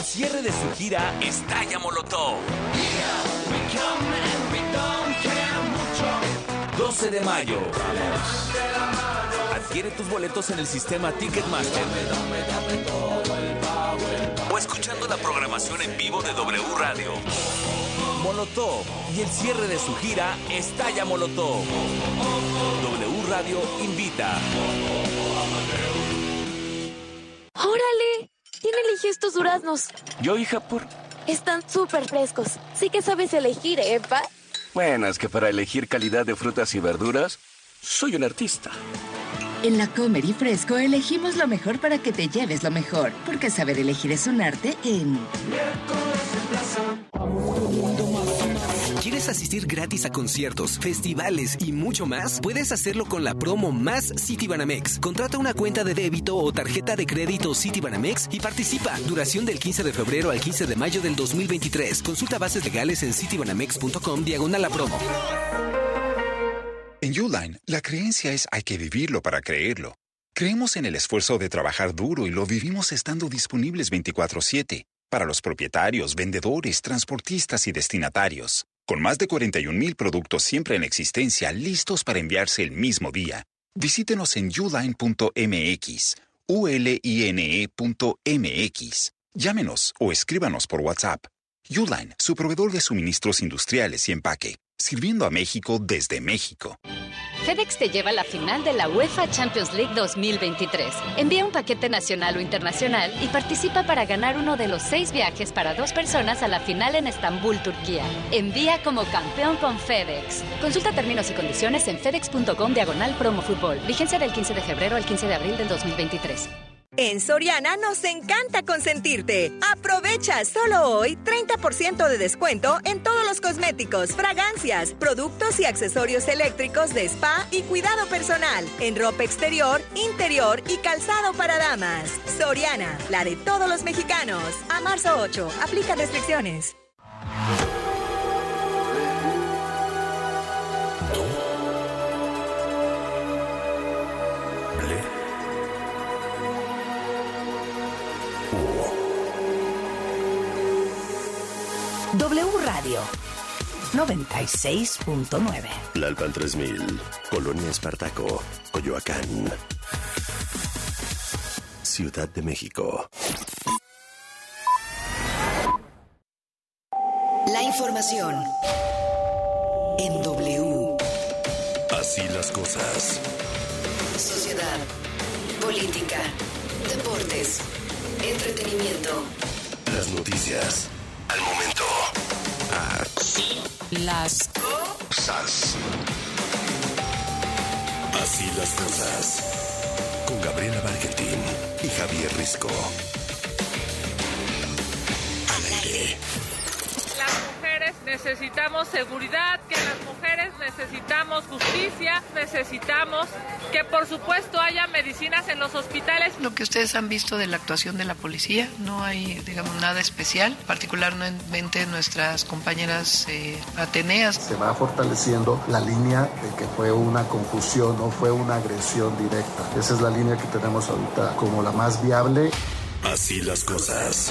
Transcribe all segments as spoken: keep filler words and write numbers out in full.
cierre de su gira Estalla Molotov. doce de mayo. Adquiere tus boletos en el sistema Ticketmaster o escuchando la programación en vivo de W Radio. Molotov y el cierre de su gira Estalla Molotov. W Radio invita. ¡Órale! ¿Quién eligió estos duraznos? Yo, hija, por... Están súper frescos. Sí que sabes elegir, ¿eh, pa? Bueno, es que para elegir calidad de frutas y verduras, soy un artista. En La Comer y Fresco elegimos lo mejor para que te lleves lo mejor, porque saber elegir es un arte en... ¿Quieres asistir gratis a conciertos, festivales y mucho más? Puedes hacerlo con la promo Más Citibanamex. Contrata una cuenta de débito o tarjeta de crédito Citibanamex y participa. Duración del quince de febrero al quince de mayo del dos mil veintitrés. Consulta bases legales en citibanamex punto com diagonal la promo. En Uline, la creencia es hay que vivirlo para creerlo. Creemos en el esfuerzo de trabajar duro y lo vivimos estando disponibles veinticuatro siete para los propietarios, vendedores, transportistas y destinatarios. Con más de cuarenta y un mil productos siempre en existencia listos para enviarse el mismo día. Visítenos en uline punto m x, u l i n e punto m x. Llámenos o escríbanos por WhatsApp. Uline, su proveedor de suministros industriales y empaque, sirviendo a México desde México. FedEx te lleva a la final de la UEFA Champions League dos mil veintitrés. Envía un paquete nacional o internacional y participa para ganar uno de los seis viajes para dos personas a la final en Estambul, Turquía. Envía como campeón con FedEx. Consulta términos y condiciones en fedex punto com diagonal promo fútbol. Vigencia del quince de febrero al quince de abril del dos mil veintitrés. En Soriana nos encanta consentirte. Aprovecha solo hoy treinta por ciento de descuento en todos los cosméticos, fragancias, productos y accesorios eléctricos de spa y cuidado personal, en ropa exterior, interior y calzado para damas. Soriana, la de todos los mexicanos. A marzo ocho, aplica restricciones. W Radio noventa y seis punto nueve. Tlalpan tres mil, Colonia Espartaco, Coyoacán, Ciudad de México. La información en W. Así las cosas. Sociedad, política, deportes, entretenimiento. Las noticias al momento. Así las cosas. Así las cosas. Con Gabriela Bargentín y Javier Risco. Al aire. Las mujeres necesitamos seguridad, que las mujeres necesitamos justicia, necesitamos que por supuesto haya medicinas en los hospitales. Lo que ustedes han visto de la actuación de la policía, no hay, digamos, nada especial, particularmente nuestras compañeras eh, ateneas. Se va fortaleciendo la línea de que fue una confusión, no fue una agresión directa. Esa es la línea que tenemos ahorita como la más viable. Así las cosas.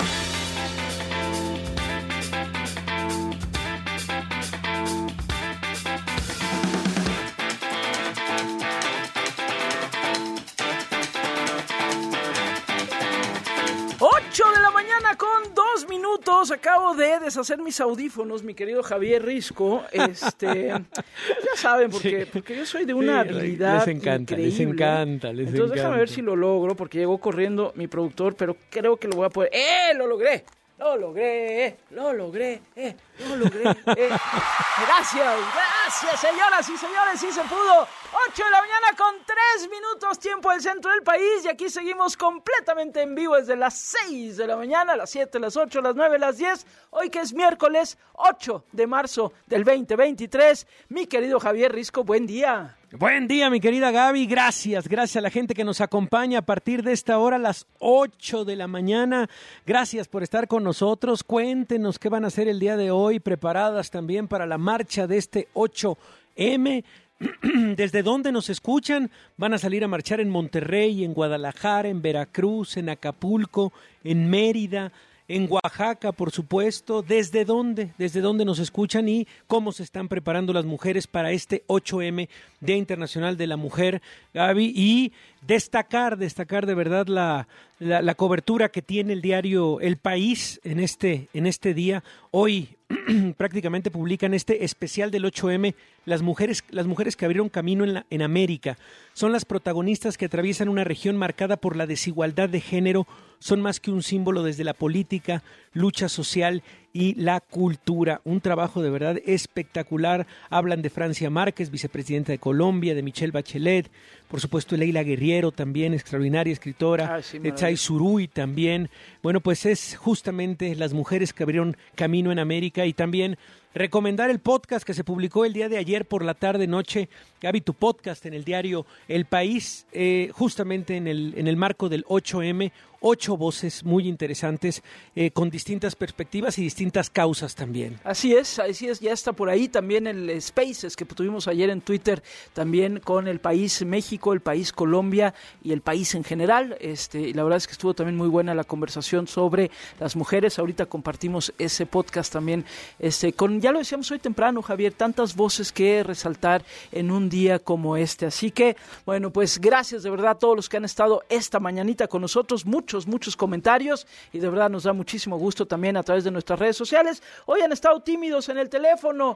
Acabo de deshacer mis audífonos, mi querido Javier Risco. Este, ya saben, porque, porque yo soy de una sí, habilidad les encanta, increíble. Les encanta, les Entonces encanta. déjame ver si lo logro, porque llegó corriendo mi productor, pero creo que lo voy a poder. ¡Eh! ¡Lo logré! ¡Lo logré! ¡Lo logré! ¡Eh! ¡Lo logré! Eh. Gracias, gracias, señoras y señores, sí se pudo. ocho de la mañana con tres minutos, tiempo del centro del país, y aquí seguimos completamente en vivo desde las seis de la mañana, las siete, las ocho, las nueve, las diez, hoy que es miércoles ocho de marzo del veinte veintitrés. Mi querido Javier Risco, buen día. Buen día, mi querida Gaby, gracias, gracias a la gente que nos acompaña a partir de esta hora, las ocho de la mañana, gracias por estar con nosotros, cuéntenos qué van a hacer el día de hoy, preparadas también para la marcha de este ocho eme, ¿desde dónde nos escuchan? Van a salir a marchar en Monterrey, en Guadalajara, en Veracruz, en Acapulco, en Mérida, en Oaxaca, por supuesto. ¿Desde dónde? ¿Desde dónde nos escuchan y cómo se están preparando las mujeres para este ocho eme, Día Internacional de la Mujer, Gaby? Y destacar, destacar de verdad la, la, la cobertura que tiene el diario El País en este, en este día. Hoy prácticamente publican este especial del ocho eme, las mujeres, las mujeres que abrieron camino en, la, en América. Son las protagonistas que atraviesan una región marcada por la desigualdad de género, son más que un símbolo desde la política, lucha social y la cultura. Un trabajo de verdad espectacular. Hablan de Francia Márquez, vicepresidenta de Colombia, de Michelle Bachelet, por supuesto Leila Guerriero también, extraordinaria escritora, ah, sí, de Tsai Surui también. Bueno, pues es justamente las mujeres que abrieron camino en América. Y también recomendar el podcast que se publicó el día de ayer por la tarde noche, Gaby, tu podcast en el diario El País, eh, justamente en el, en el marco del ocho eme, ocho voces muy interesantes, eh, con distintas perspectivas y distintas causas también. Así es, así es, ya está por ahí también el Spaces que tuvimos ayer en Twitter, también con El País México, El País Colombia y El País en general. Este, y la verdad es que estuvo también muy buena la conversación sobre las mujeres. Ahorita compartimos ese podcast también, este, con, ya lo decíamos hoy temprano, Javier, tantas voces que resaltar en un día como este. Así que, bueno, pues gracias de verdad a todos los que han estado esta mañanita con nosotros. Muchos Muchos, muchos comentarios y de verdad nos da muchísimo gusto también a través de nuestras redes sociales. Hoy han estado tímidos en el teléfono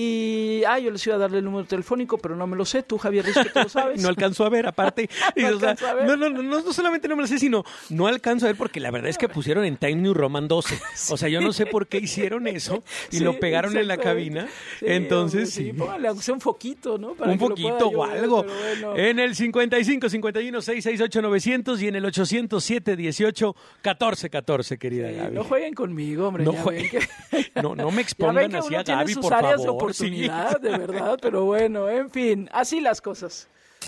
y, ah, yo les iba a darle el número telefónico, pero no me lo sé. Tú, Javier Risco, ¿tú lo sabes? No alcanzo a ver, aparte. no, y, o sea, a ver. No, no, no, no solamente no me lo sé, sino no alcanzo a ver porque la verdad es que pusieron en Time New Roman doce. O sea, yo no sé por qué hicieron eso y sí, lo pegaron en la cabina. Sí, Entonces, hombre, sí. Póngale, aunque sea un foquito, ¿no? Para un foquito o algo. Bueno. En el cincuenta y cinco, cincuenta y uno, seiscientos sesenta y ocho, novecientos y en el ochocientos siete, dieciocho, catorce, catorce, querida sí, Gaby. No jueguen conmigo, hombre. No, jueguen. no, no me expongan así a Gaby, por favor. Áreas de oportunidad, sí. De verdad, pero bueno, en fin, así las cosas.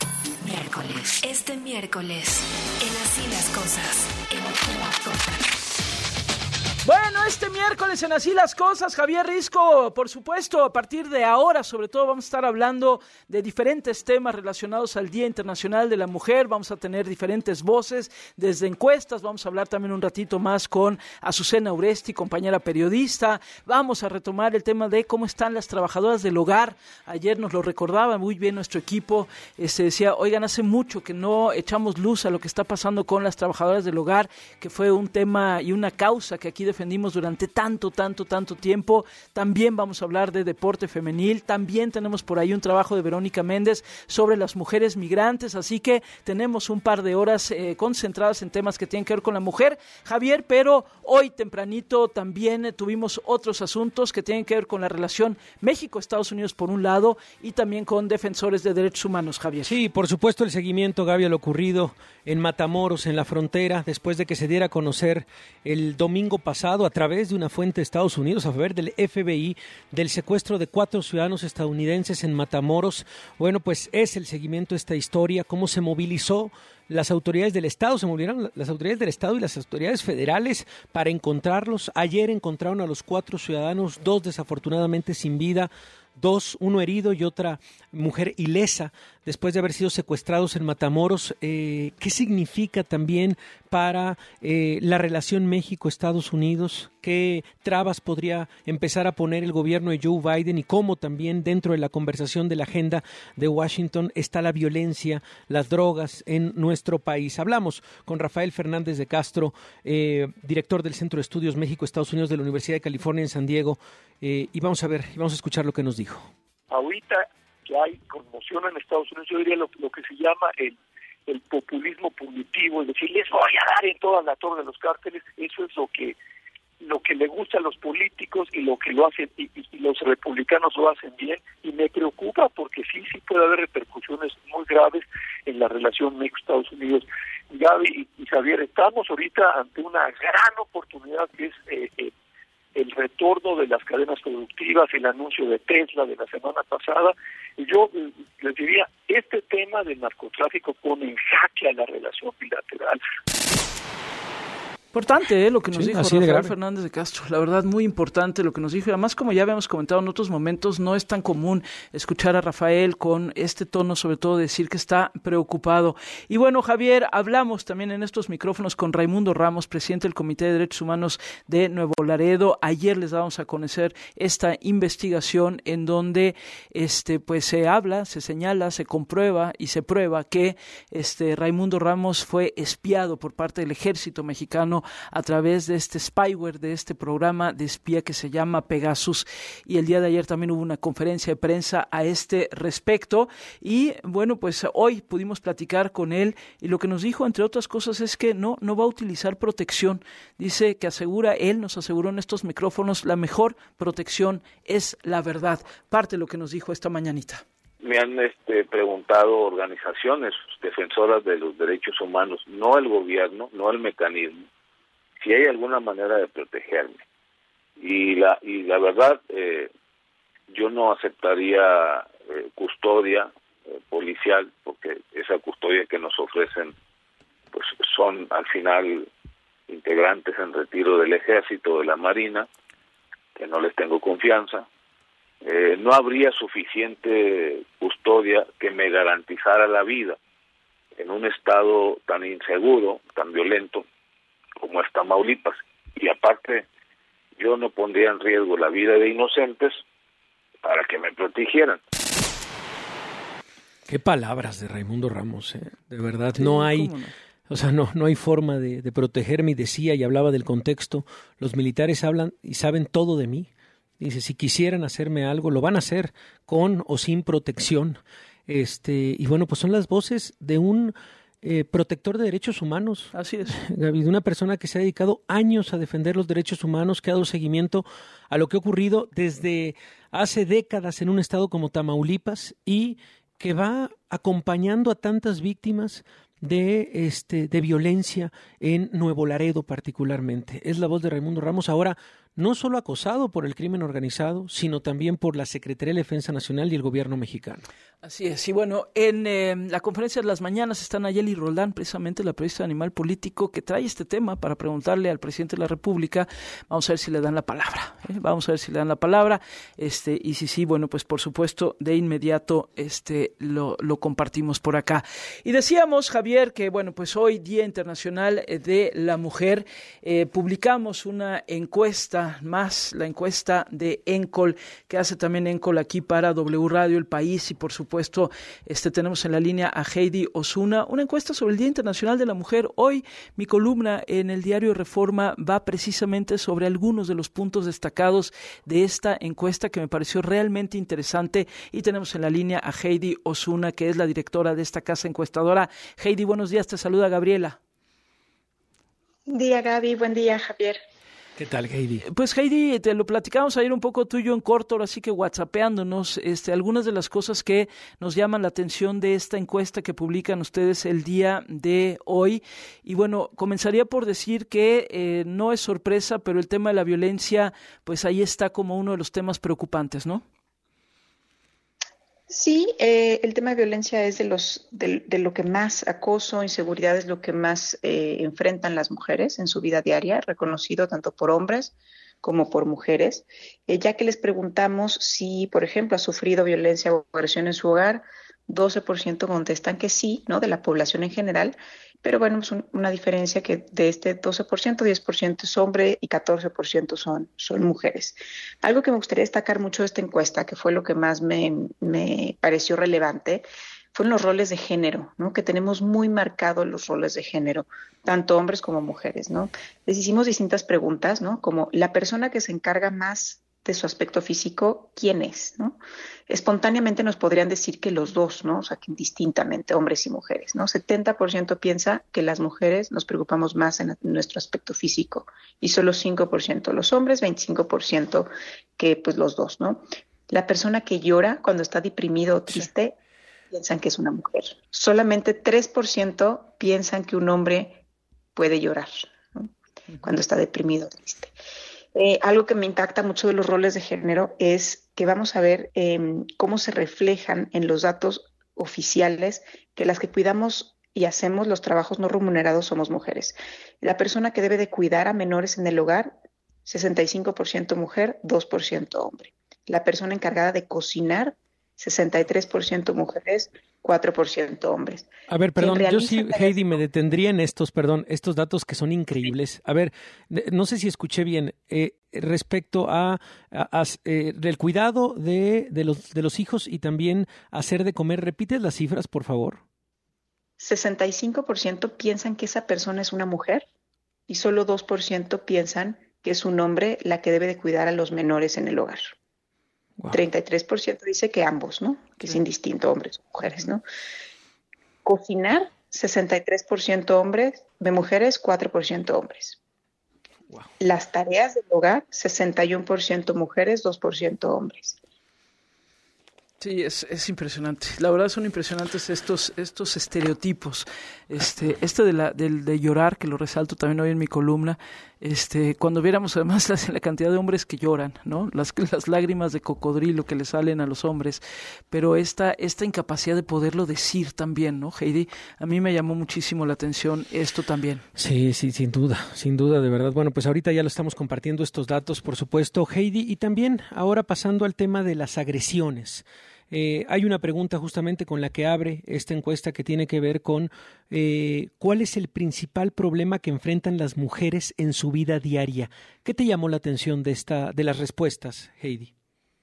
Miércoles. Este miércoles, en Así las Cosas, en Así las Cosas. Bueno, este miércoles en Así las Cosas, Javier Risco, por supuesto, a partir de ahora, sobre todo, vamos a estar hablando de diferentes temas relacionados al Día Internacional de la Mujer. Vamos a tener diferentes voces, desde encuestas, vamos a hablar también un ratito más con Azucena Uresti, compañera periodista. Vamos a retomar el tema de cómo están las trabajadoras del hogar. Ayer nos lo recordaba muy bien nuestro equipo, este, decía, oigan, hace mucho que no echamos luz a lo que está pasando con las trabajadoras del hogar, que fue un tema y una causa que aquí defendimos durante tanto, tanto, tanto tiempo. También vamos a hablar de deporte femenil, también tenemos por ahí un trabajo de Verónica Méndez sobre las mujeres migrantes, así que tenemos un par de horas eh, concentradas en temas que tienen que ver con la mujer, Javier, pero hoy tempranito también eh, tuvimos otros asuntos que tienen que ver con la relación México-Estados Unidos por un lado y también con defensores de derechos humanos, Javier. Sí, por supuesto el seguimiento, Gaby, a lo ocurrido en Matamoros, en la frontera, después de que se diera a conocer el domingo pasado a través de una fuente de Estados Unidos, a favor del F B I, del secuestro de cuatro ciudadanos estadounidenses en Matamoros. Bueno, pues es el seguimiento de esta historia, cómo se movilizó las autoridades del Estado, se movilizaron las autoridades del Estado y las autoridades federales para encontrarlos. Ayer encontraron a los cuatro ciudadanos, dos desafortunadamente sin vida, dos, uno herido y otra mujer ilesa después de haber sido secuestrados en Matamoros. Eh, ¿Qué significa también para eh, la relación México-Estados Unidos? ¿Qué trabas podría empezar a poner el gobierno de Joe Biden? Y cómo también dentro de la conversación de la agenda de Washington está la violencia, las drogas en nuestro país. Hablamos con Rafael Fernández de Castro, eh, director del Centro de Estudios México-Estados Unidos de la Universidad de California en San Diego, eh, y vamos a ver, y vamos a escuchar lo que nos dijo. Ahorita que hay conmoción en Estados Unidos, yo diría lo, lo que se llama el, el populismo punitivo, es decir, les voy a dar en toda la torre de los cárteles. Eso es lo que lo que le gusta a los políticos y lo que lo hacen y, y, y los republicanos lo hacen bien, y me preocupa porque sí sí puede haber repercusiones muy graves en la relación México-Estados Unidos. Gaby y, y Javier, estamos ahorita ante una gran oportunidad que es eh, eh, el retorno de las cadenas productivas, el anuncio de Tesla de la semana pasada, y yo eh, les diría, este tema del narcotráfico pone en jaque a la relación bilateral. Importante, ¿eh? Lo que nos Sí, dijo así de Rafael grave. Fernández de Castro, la verdad muy importante lo que nos dijo, y además como ya habíamos comentado en otros momentos, no es tan común escuchar a Rafael con este tono, sobre todo decir que está preocupado. Y bueno, Javier, hablamos también en estos micrófonos con Raimundo Ramos, presidente del Comité de Derechos Humanos de Nuevo Laredo. Ayer les dábamos a conocer esta investigación en donde este pues se habla, se señala, se comprueba y se prueba que este Raimundo Ramos fue espiado por parte del ejército mexicano a través de este spyware, de este programa de espía que se llama Pegasus, y el día de ayer también hubo una conferencia de prensa a este respecto, y bueno, pues hoy pudimos platicar con él, y lo que nos dijo, entre otras cosas, es que no, no va a utilizar protección. Dice que asegura, él nos aseguró en estos micrófonos, la mejor protección es la verdad. Parte de lo que nos dijo esta mañanita. Me han este, preguntado organizaciones defensoras de los derechos humanos, no el gobierno, no el mecanismo, si hay alguna manera de protegerme. Y la y la verdad, eh, yo no aceptaría eh, custodia eh, policial, porque esa custodia que nos ofrecen pues son al final integrantes en retiro del ejército, de la marina, que no les tengo confianza. Eh, no habría suficiente custodia que me garantizara la vida en un estado tan inseguro, tan violento como es Tamaulipas. Y aparte, yo no pondría en riesgo la vida de inocentes para que me protegieran. Qué palabras de Raimundo Ramos, ¿eh? De verdad, Sí, no hay, ¿cómo no? o sea, no, no hay forma de, de protegerme, y decía y hablaba del contexto. Los militares hablan y saben todo de mí. Dice, si quisieran hacerme algo, lo van a hacer con o sin protección. Este, y bueno, pues son las voces de un eh, protector de derechos humanos. Así es. Gaby, de una persona que se ha dedicado años a defender los derechos humanos, que ha dado seguimiento a lo que ha ocurrido desde hace décadas en un estado como Tamaulipas, y que va acompañando a tantas víctimas de este de violencia en Nuevo Laredo particularmente. Es la voz de Raimundo Ramos, ahora no solo acosado por el crimen organizado, sino también por la Secretaría de Defensa Nacional y el gobierno mexicano. Así es, y bueno, en eh, la conferencia de las mañanas está Nayeli Roldán, precisamente la periodista de Animal Político, que trae este tema para preguntarle al presidente de la República. Vamos a ver si le dan la palabra, ¿eh? Vamos a ver si le dan la palabra, este, y si sí, bueno, pues por supuesto, de inmediato este lo, lo compartimos por acá. Y decíamos, Javier, que bueno, pues hoy, Día Internacional de la Mujer, eh, publicamos una encuesta más, la encuesta de Encol, que hace también Encol aquí para W Radio, El País, y por supuesto Puesto, este, tenemos en la línea a Heidi Osuna, una encuesta sobre el Día Internacional de la Mujer. Hoy mi columna en el diario Reforma va precisamente sobre algunos de los puntos destacados de esta encuesta, que me pareció realmente interesante, y tenemos en la línea a Heidi Osuna, que es la directora de esta casa encuestadora. Heidi, buenos días, te saluda Gabriela. Buen día, Gaby, buen día, Javier. ¿Qué tal, Heidi? Pues Heidi, te lo platicamos ayer un poco tú y yo en corto, ahora sí que whatsappeándonos, este, algunas de las cosas que nos llaman la atención de esta encuesta que publican ustedes el día de hoy. Y bueno, comenzaría por decir que eh, no es sorpresa, pero el tema de la violencia, pues ahí está como uno de los temas preocupantes, ¿no? Sí, eh, el tema de violencia es de los de, de lo que más, acoso, inseguridad es lo que más eh, enfrentan las mujeres en su vida diaria, reconocido tanto por hombres como por mujeres, eh, ya que les preguntamos si, por ejemplo, ha sufrido violencia o agresión en su hogar, doce por ciento contestan que sí, ¿no?, de la población en general, pero bueno, es un, una diferencia que de este doce por ciento, diez por ciento es hombre y catorce por ciento son, son mujeres. Algo que me gustaría destacar mucho de esta encuesta, que fue lo que más me, me pareció relevante, fueron los roles de género, ¿no?, que tenemos muy marcados los roles de género, tanto hombres como mujeres, ¿no? Les hicimos distintas preguntas, ¿no?, como la persona que se encarga más de su aspecto físico, ¿quién es?, ¿no? Espontáneamente nos podrían decir que los dos, ¿no? O sea, que indistintamente, hombres y mujeres, ¿no? setenta por ciento piensa que las mujeres nos preocupamos más en nuestro aspecto físico y solo cinco por ciento los hombres, veinticinco por ciento que pues los dos, ¿no? La persona que llora cuando está deprimido o triste, sí, piensan que es una mujer. Solamente tres por ciento piensan que un hombre puede llorar, ¿no?, cuando está deprimido o triste. Eh, algo que me impacta mucho de los roles de género es que vamos a ver eh, cómo se reflejan en los datos oficiales que las que cuidamos y hacemos los trabajos no remunerados somos mujeres. La persona que debe de cuidar a menores en el hogar, sesenta y cinco por ciento mujer, dos por ciento hombre. La persona encargada de cocinar, sesenta y tres por ciento mujeres, cuatro por ciento hombres. A ver, perdón, yo sí, Heidi, me detendría en estos, perdón, estos datos que son increíbles. A ver, no sé si escuché bien, eh, respecto a, a, a eh, del cuidado de, de, los, de los hijos y también hacer de comer. ¿Repites las cifras, por favor? sesenta y cinco por ciento piensan que esa persona es una mujer y solo dos por ciento piensan que es un hombre la que debe de cuidar a los menores en el hogar. Wow. treinta y tres por ciento dice que ambos, ¿no? Que sí. Es indistinto, hombres o mujeres, ¿no? Cocinar, sesenta y tres por ciento hombres, de mujeres, cuatro por ciento hombres. Wow. Las tareas del hogar, sesenta y uno por ciento mujeres, dos por ciento hombres. Sí, es, es impresionante. La verdad son impresionantes estos estos estereotipos. Este este de la del de llorar, que lo resalto también hoy en mi columna. Este cuando viéramos además la, la cantidad de hombres que lloran, ¿no? Las las lágrimas de cocodrilo que le salen a los hombres, pero esta esta incapacidad de poderlo decir también, ¿no, Heidi? A mí me llamó muchísimo la atención esto también. Sí, sí, sin duda, sin duda, de verdad. Bueno, pues ahorita ya lo estamos compartiendo estos datos, por supuesto, Heidi, y también ahora pasando al tema de las agresiones. Eh, hay una pregunta justamente con la que abre esta encuesta que tiene que ver con eh, ¿cuál es el principal problema que enfrentan las mujeres en su vida diaria? ¿Qué te llamó la atención de esta, de las respuestas, Heidi?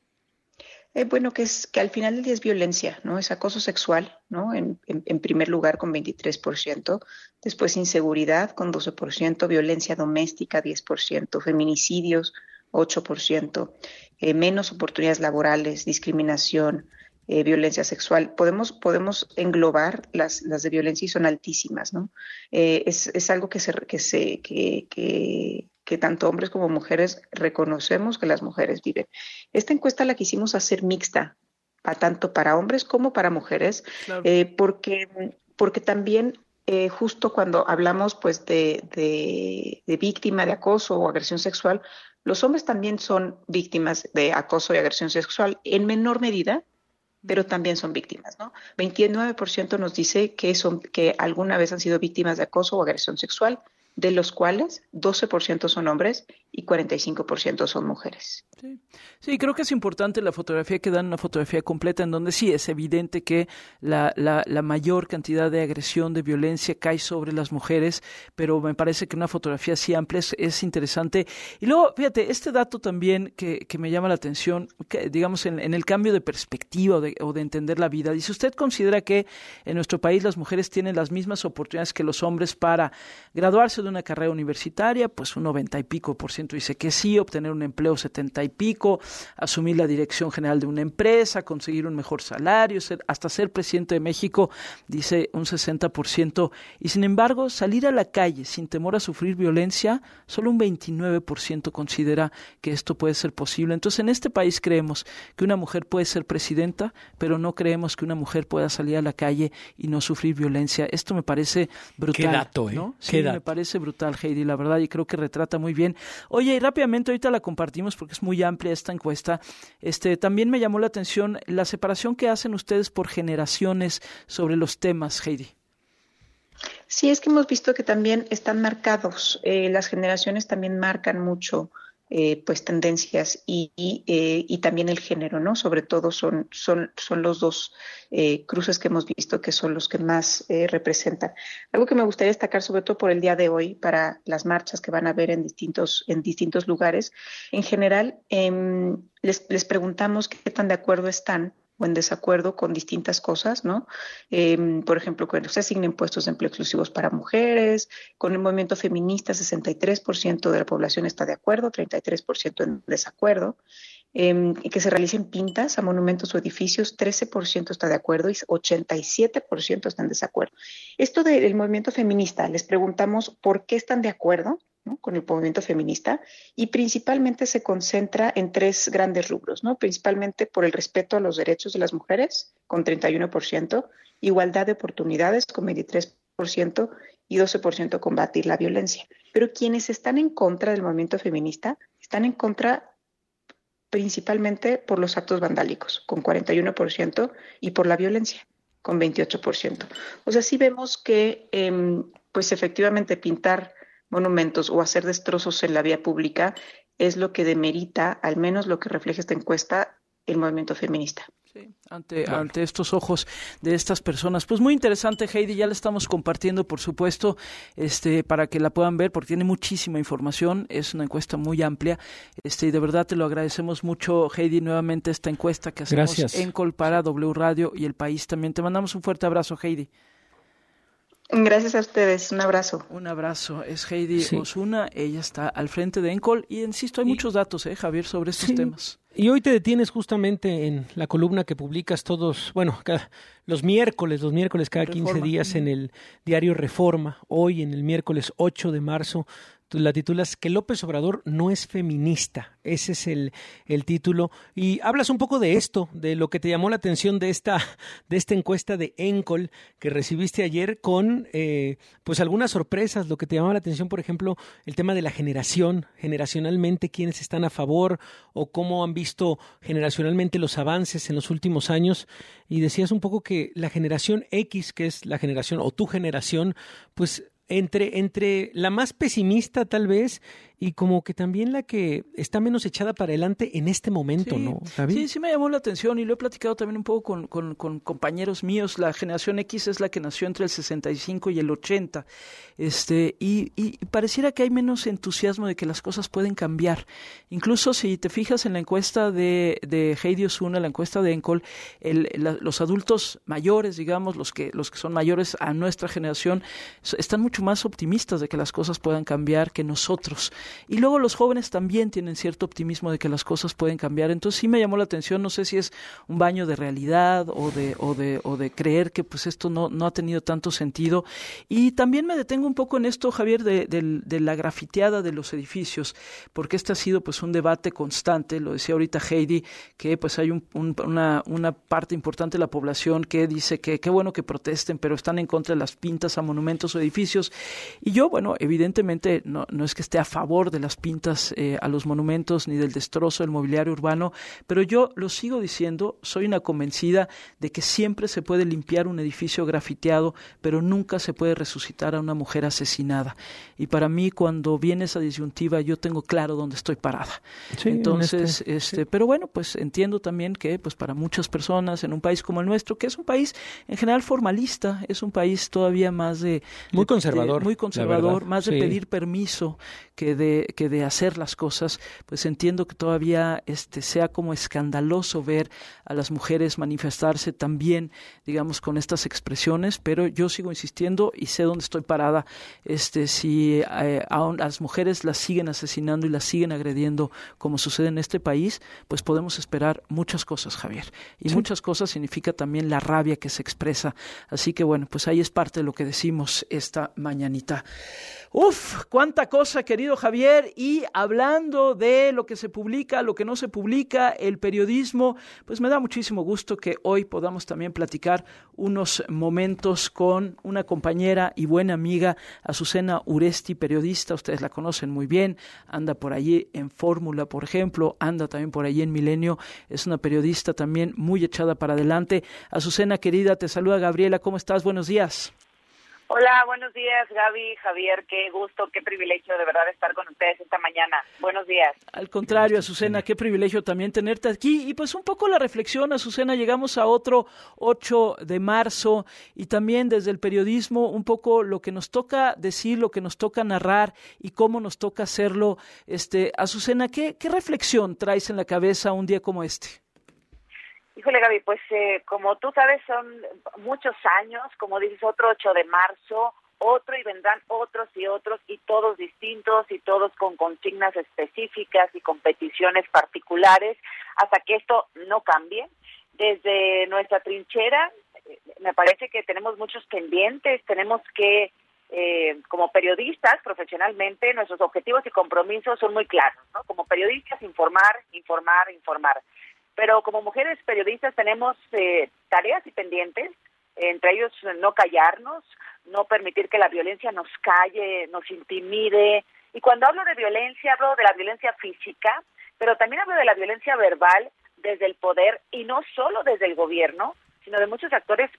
Eh, bueno, que es que al final del día es violencia, ¿no? Es acoso sexual, ¿no? En, en, en primer lugar con veintitrés por ciento, después inseguridad con doce por ciento, violencia doméstica diez por ciento, feminicidios ocho por ciento, eh, menos oportunidades laborales, discriminación, eh, violencia sexual. Podemos, podemos englobar las, las de violencia y son altísimas, ¿no? Eh, es, es algo que, se, que, se, que, que, que tanto hombres como mujeres reconocemos que las mujeres viven. Esta encuesta la quisimos hacer mixta, para, tanto para hombres como para mujeres, claro. eh, porque, porque también eh, justo cuando hablamos pues, de, de, de víctima de acoso o agresión sexual, los hombres también son víctimas de acoso y agresión sexual en menor medida, pero también son víctimas, ¿no? veintinueve por ciento nos dice que, son, que alguna vez han sido víctimas de acoso o agresión sexual, de los cuales doce por ciento son hombres y cuarenta y cinco por ciento son mujeres. Sí. sí, creo que es importante la fotografía que dan, una fotografía completa en donde sí es evidente que la, la, la mayor cantidad de agresión, de violencia cae sobre las mujeres, pero me parece que una fotografía así amplia es, es interesante. Y luego, fíjate, este dato también que, que me llama la atención, que, digamos, en, en el cambio de perspectiva o de, o de entender la vida. Dice, ¿usted considera que en nuestro país las mujeres tienen las mismas oportunidades que los hombres para graduarse de una carrera universitaria? Pues un noventa y pico por ciento dice que sí, obtener un empleo setenta y pico, asumir la dirección general de una empresa, conseguir un mejor salario, ser, hasta ser presidente de México, dice un sesenta por ciento, y sin embargo salir a la calle sin temor a sufrir violencia, solo un veintinueve por ciento considera que esto puede ser posible. Entonces en este país creemos que una mujer puede ser presidenta, pero no creemos que una mujer pueda salir a la calle y no sufrir violencia. Esto me parece brutal. Qué dato, ¿eh? ¿no? Sí, Qué dato. Me parece brutal, Heidi, la verdad, y creo que retrata muy bien. Oye, y rápidamente ahorita la compartimos porque es muy amplia esta encuesta. Este, también me llamó la atención la separación que hacen ustedes por generaciones sobre los temas, Heidi. Sí, es que hemos visto que también están marcados, eh, las generaciones también marcan mucho eh, pues tendencias y, y, eh, y también el género, ¿no? Sobre todo son, son, son los dos eh, cruces que hemos visto que son los que más eh, representan. Algo que me gustaría destacar, sobre todo por el día de hoy, para las marchas que van a haber en distintos, en distintos lugares, en general eh, les, les preguntamos qué tan de acuerdo están o en desacuerdo con distintas cosas, ¿no? Eh, por ejemplo, cuando se asignen puestos de empleo exclusivos para mujeres, con el movimiento feminista, sesenta y tres por ciento de la población está de acuerdo, treinta y tres por ciento en desacuerdo, eh, que se realicen pintas a monumentos o edificios, trece por ciento está de acuerdo y ochenta y siete por ciento está en desacuerdo. Esto del movimiento feminista, les preguntamos por qué están de acuerdo, ¿no? Con el movimiento feminista, y principalmente se concentra en tres grandes rubros, ¿no? Principalmente por el respeto a los derechos de las mujeres, con treinta y uno por ciento, igualdad de oportunidades, con veintitrés por ciento, y doce por ciento combatir la violencia. Pero quienes están en contra del movimiento feminista están en contra principalmente por los actos vandálicos, con cuarenta y uno por ciento, y por la violencia, con veintiocho por ciento. O sea, sí vemos que, eh, pues efectivamente, pintar monumentos o hacer destrozos en la vía pública es lo que demerita, al menos lo que refleja esta encuesta, el movimiento feminista. Sí, ante, bueno. ante estos ojos de estas personas. Pues muy interesante, Heidi, ya la estamos compartiendo, por supuesto, este, para que la puedan ver, porque tiene muchísima información, es una encuesta muy amplia, este, y de verdad te lo agradecemos mucho, Heidi, nuevamente esta encuesta que hacemos Gracias. en Encol para W Radio y El País también. Te mandamos un fuerte abrazo, Heidi. Gracias a ustedes, un abrazo. Un abrazo, es Heidi sí. Osuna, ella está al frente de Encol y insisto, hay y, muchos datos, eh, Javier, sobre estos sí. temas. Y hoy te detienes justamente en la columna que publicas todos, bueno, cada, los miércoles, los miércoles cada Reforma. quince días en el diario Reforma, hoy en el miércoles ocho de marzo, tú la titulas que López Obrador no es feminista. Ese es el, el título. Y hablas un poco de esto, de lo que te llamó la atención de esta, de esta encuesta de Encol que recibiste ayer con eh, pues algunas sorpresas. Lo que te llamaba la atención, por ejemplo, el tema de la generación, generacionalmente quiénes están a favor o cómo han visto generacionalmente los avances en los últimos años. Y decías un poco que la generación X, que es la generación o tu generación, pues Entre, entre la más pesimista tal vez y como que también la que está menos echada para adelante en este momento, sí, ¿no, Javi? Sí, sí me llamó la atención y lo he platicado también un poco con, con, con compañeros míos. La generación X es la que nació entre el sesenta y cinco y el ochenta, este, y, y pareciera que hay menos entusiasmo de que las cosas pueden cambiar. Incluso si te fijas en la encuesta de, de Heidi Osuna, la encuesta de Encol, el, la, los adultos mayores, digamos, los que, los que son mayores a nuestra generación, están mucho más optimistas de que las cosas puedan cambiar que nosotros. Y luego los jóvenes también tienen cierto optimismo de que las cosas pueden cambiar. Entonces sí me llamó la atención, no sé si es un baño de realidad o de o de o de creer que pues esto no no ha tenido tanto sentido. Y también me detengo un poco en esto, Javier, de, de, de la grafiteada de los edificios, porque este ha sido pues un debate constante. Lo decía ahorita Heidi, que pues hay un, un, una una parte importante de la población que dice que qué bueno que protesten, pero están en contra de las pintas a monumentos o edificios. Y yo, bueno, evidentemente no no es que esté a favor de las pintas eh, a los monumentos ni del destrozo del mobiliario urbano, pero yo lo sigo diciendo, soy una convencida de que siempre se puede limpiar un edificio grafiteado, pero nunca se puede resucitar a una mujer asesinada. Y para mí, cuando viene esa disyuntiva, yo tengo claro dónde estoy parada. Sí, Entonces, este, este, sí. pero bueno, pues entiendo también que pues para muchas personas en un país como el nuestro, que es un país en general formalista, es un país todavía más de... Muy de, conservador. De, muy conservador, más de sí. pedir permiso que de que de hacer las cosas, pues entiendo que todavía este sea como escandaloso ver a las mujeres manifestarse también, digamos, con estas expresiones, pero yo sigo insistiendo y sé dónde estoy parada. Este, si eh, a las mujeres las siguen asesinando y las siguen agrediendo como sucede en este país, pues podemos esperar muchas cosas, Javier. Y sí. muchas cosas significa también la rabia que se expresa. Así que bueno, pues ahí es parte de lo que decimos esta mañanita. Uf, cuánta cosa, querido Javier. Y hablando de lo que se publica, lo que no se publica, el periodismo, pues me da muchísimo gusto que hoy podamos también platicar unos momentos con una compañera y buena amiga, Azucena Uresti, periodista. Ustedes la conocen muy bien, anda por allí en Fórmula, por ejemplo, anda también por allí en Milenio, es una periodista también muy echada para adelante. Azucena, querida, te saluda Gabriela, ¿cómo estás? Buenos días. Hola, buenos días, Gaby, Javier, qué gusto, qué privilegio de verdad estar con ustedes esta mañana. Buenos días. Al contrario, Azucena, qué privilegio también tenerte aquí. Y pues un poco la reflexión, Azucena, llegamos a otro ocho de marzo y también desde el periodismo un poco lo que nos toca decir, lo que nos toca narrar y cómo nos toca hacerlo. Este, Azucena, ¿qué, qué reflexión traes en la cabeza un día como este? Híjole, Gaby, pues eh, como tú sabes, son muchos años, como dices, otro ocho de marzo, otro y vendrán otros y otros, y todos distintos, y todos con consignas específicas y competiciones particulares, hasta que esto no cambie. Desde nuestra trinchera, eh, me parece que tenemos muchos pendientes, tenemos que, eh, como periodistas, profesionalmente, nuestros objetivos y compromisos son muy claros, ¿no? Como periodistas, informar, informar, informar. Pero como mujeres periodistas tenemos eh, tareas y pendientes, entre ellos no callarnos, no permitir que la violencia nos calle, nos intimide. Y cuando hablo de violencia, hablo de la violencia física, pero también hablo de la violencia verbal desde el poder, y no solo desde el gobierno, sino de muchos actores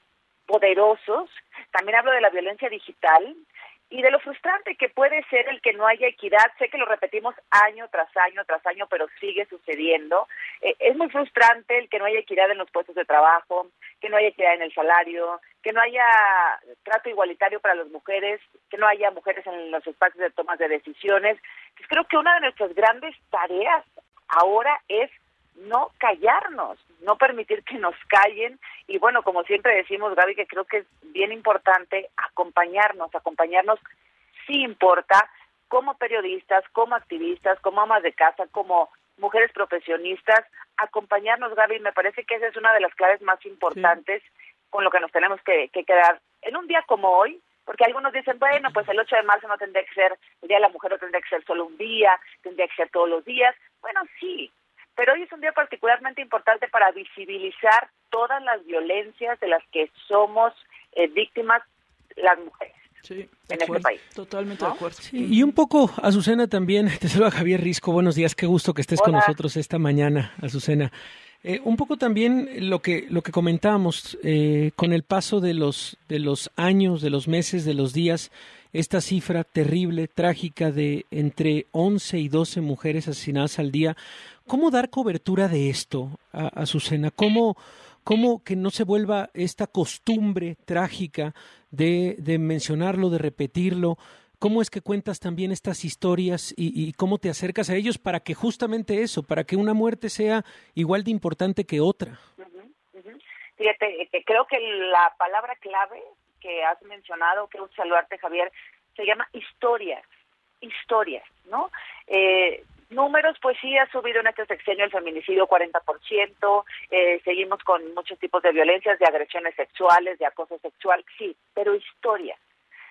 poderosos. También hablo de la violencia digital y de lo frustrante que puede ser el que no haya equidad. Sé que lo repetimos año tras año tras año, pero sigue sucediendo. Eh, es muy frustrante el que no haya equidad en los puestos de trabajo, que no haya equidad en el salario, que no haya trato igualitario para las mujeres, que no haya mujeres en los espacios de tomas de decisiones. Pues creo que una de nuestras grandes tareas ahora es no callarnos, no permitir que nos callen y bueno, como siempre decimos, Gaby, que creo que es bien importante acompañarnos, acompañarnos sí importa, como periodistas, como activistas, como amas de casa, como mujeres profesionistas, acompañarnos, Gaby, me parece que esa es una de las claves más importantes sí. con lo que nos tenemos que, que quedar en un día como hoy, porque algunos dicen, bueno, pues el ocho de marzo no tendría que ser, el Día de la Mujer no tendría que ser solo un día, tendría que ser todos los días, bueno, sí, pero hoy es un día particularmente importante para visibilizar todas las violencias de las que somos eh, víctimas las mujeres sí, en este país. Totalmente ¿no? de acuerdo. Sí, y un poco, Azucena, también, te saluda Javier Risco, buenos días, qué gusto que estés Hola. con nosotros esta mañana, Azucena. Eh, un poco también lo que lo que comentábamos, eh, con el paso de los de los años, de los meses, de los días, esta cifra terrible, trágica de entre once y doce mujeres asesinadas al día. ¿Cómo dar cobertura de esto, Azucena? ¿Cómo, cómo que no se vuelva esta costumbre trágica de, de mencionarlo, de repetirlo? ¿Cómo es que cuentas también estas historias y, y cómo te acercas a ellos para que justamente eso, para que una muerte sea igual de importante que otra? Uh-huh, uh-huh. Fíjate, que creo que la palabra clave que has mencionado, quiero saludarte, Javier, se llama historias, historias, ¿no? Eh, números, pues sí, ha subido en este sexenio el feminicidio cuarenta por ciento, eh, seguimos con muchos tipos de violencias, de agresiones sexuales, de acoso sexual, sí, pero historias.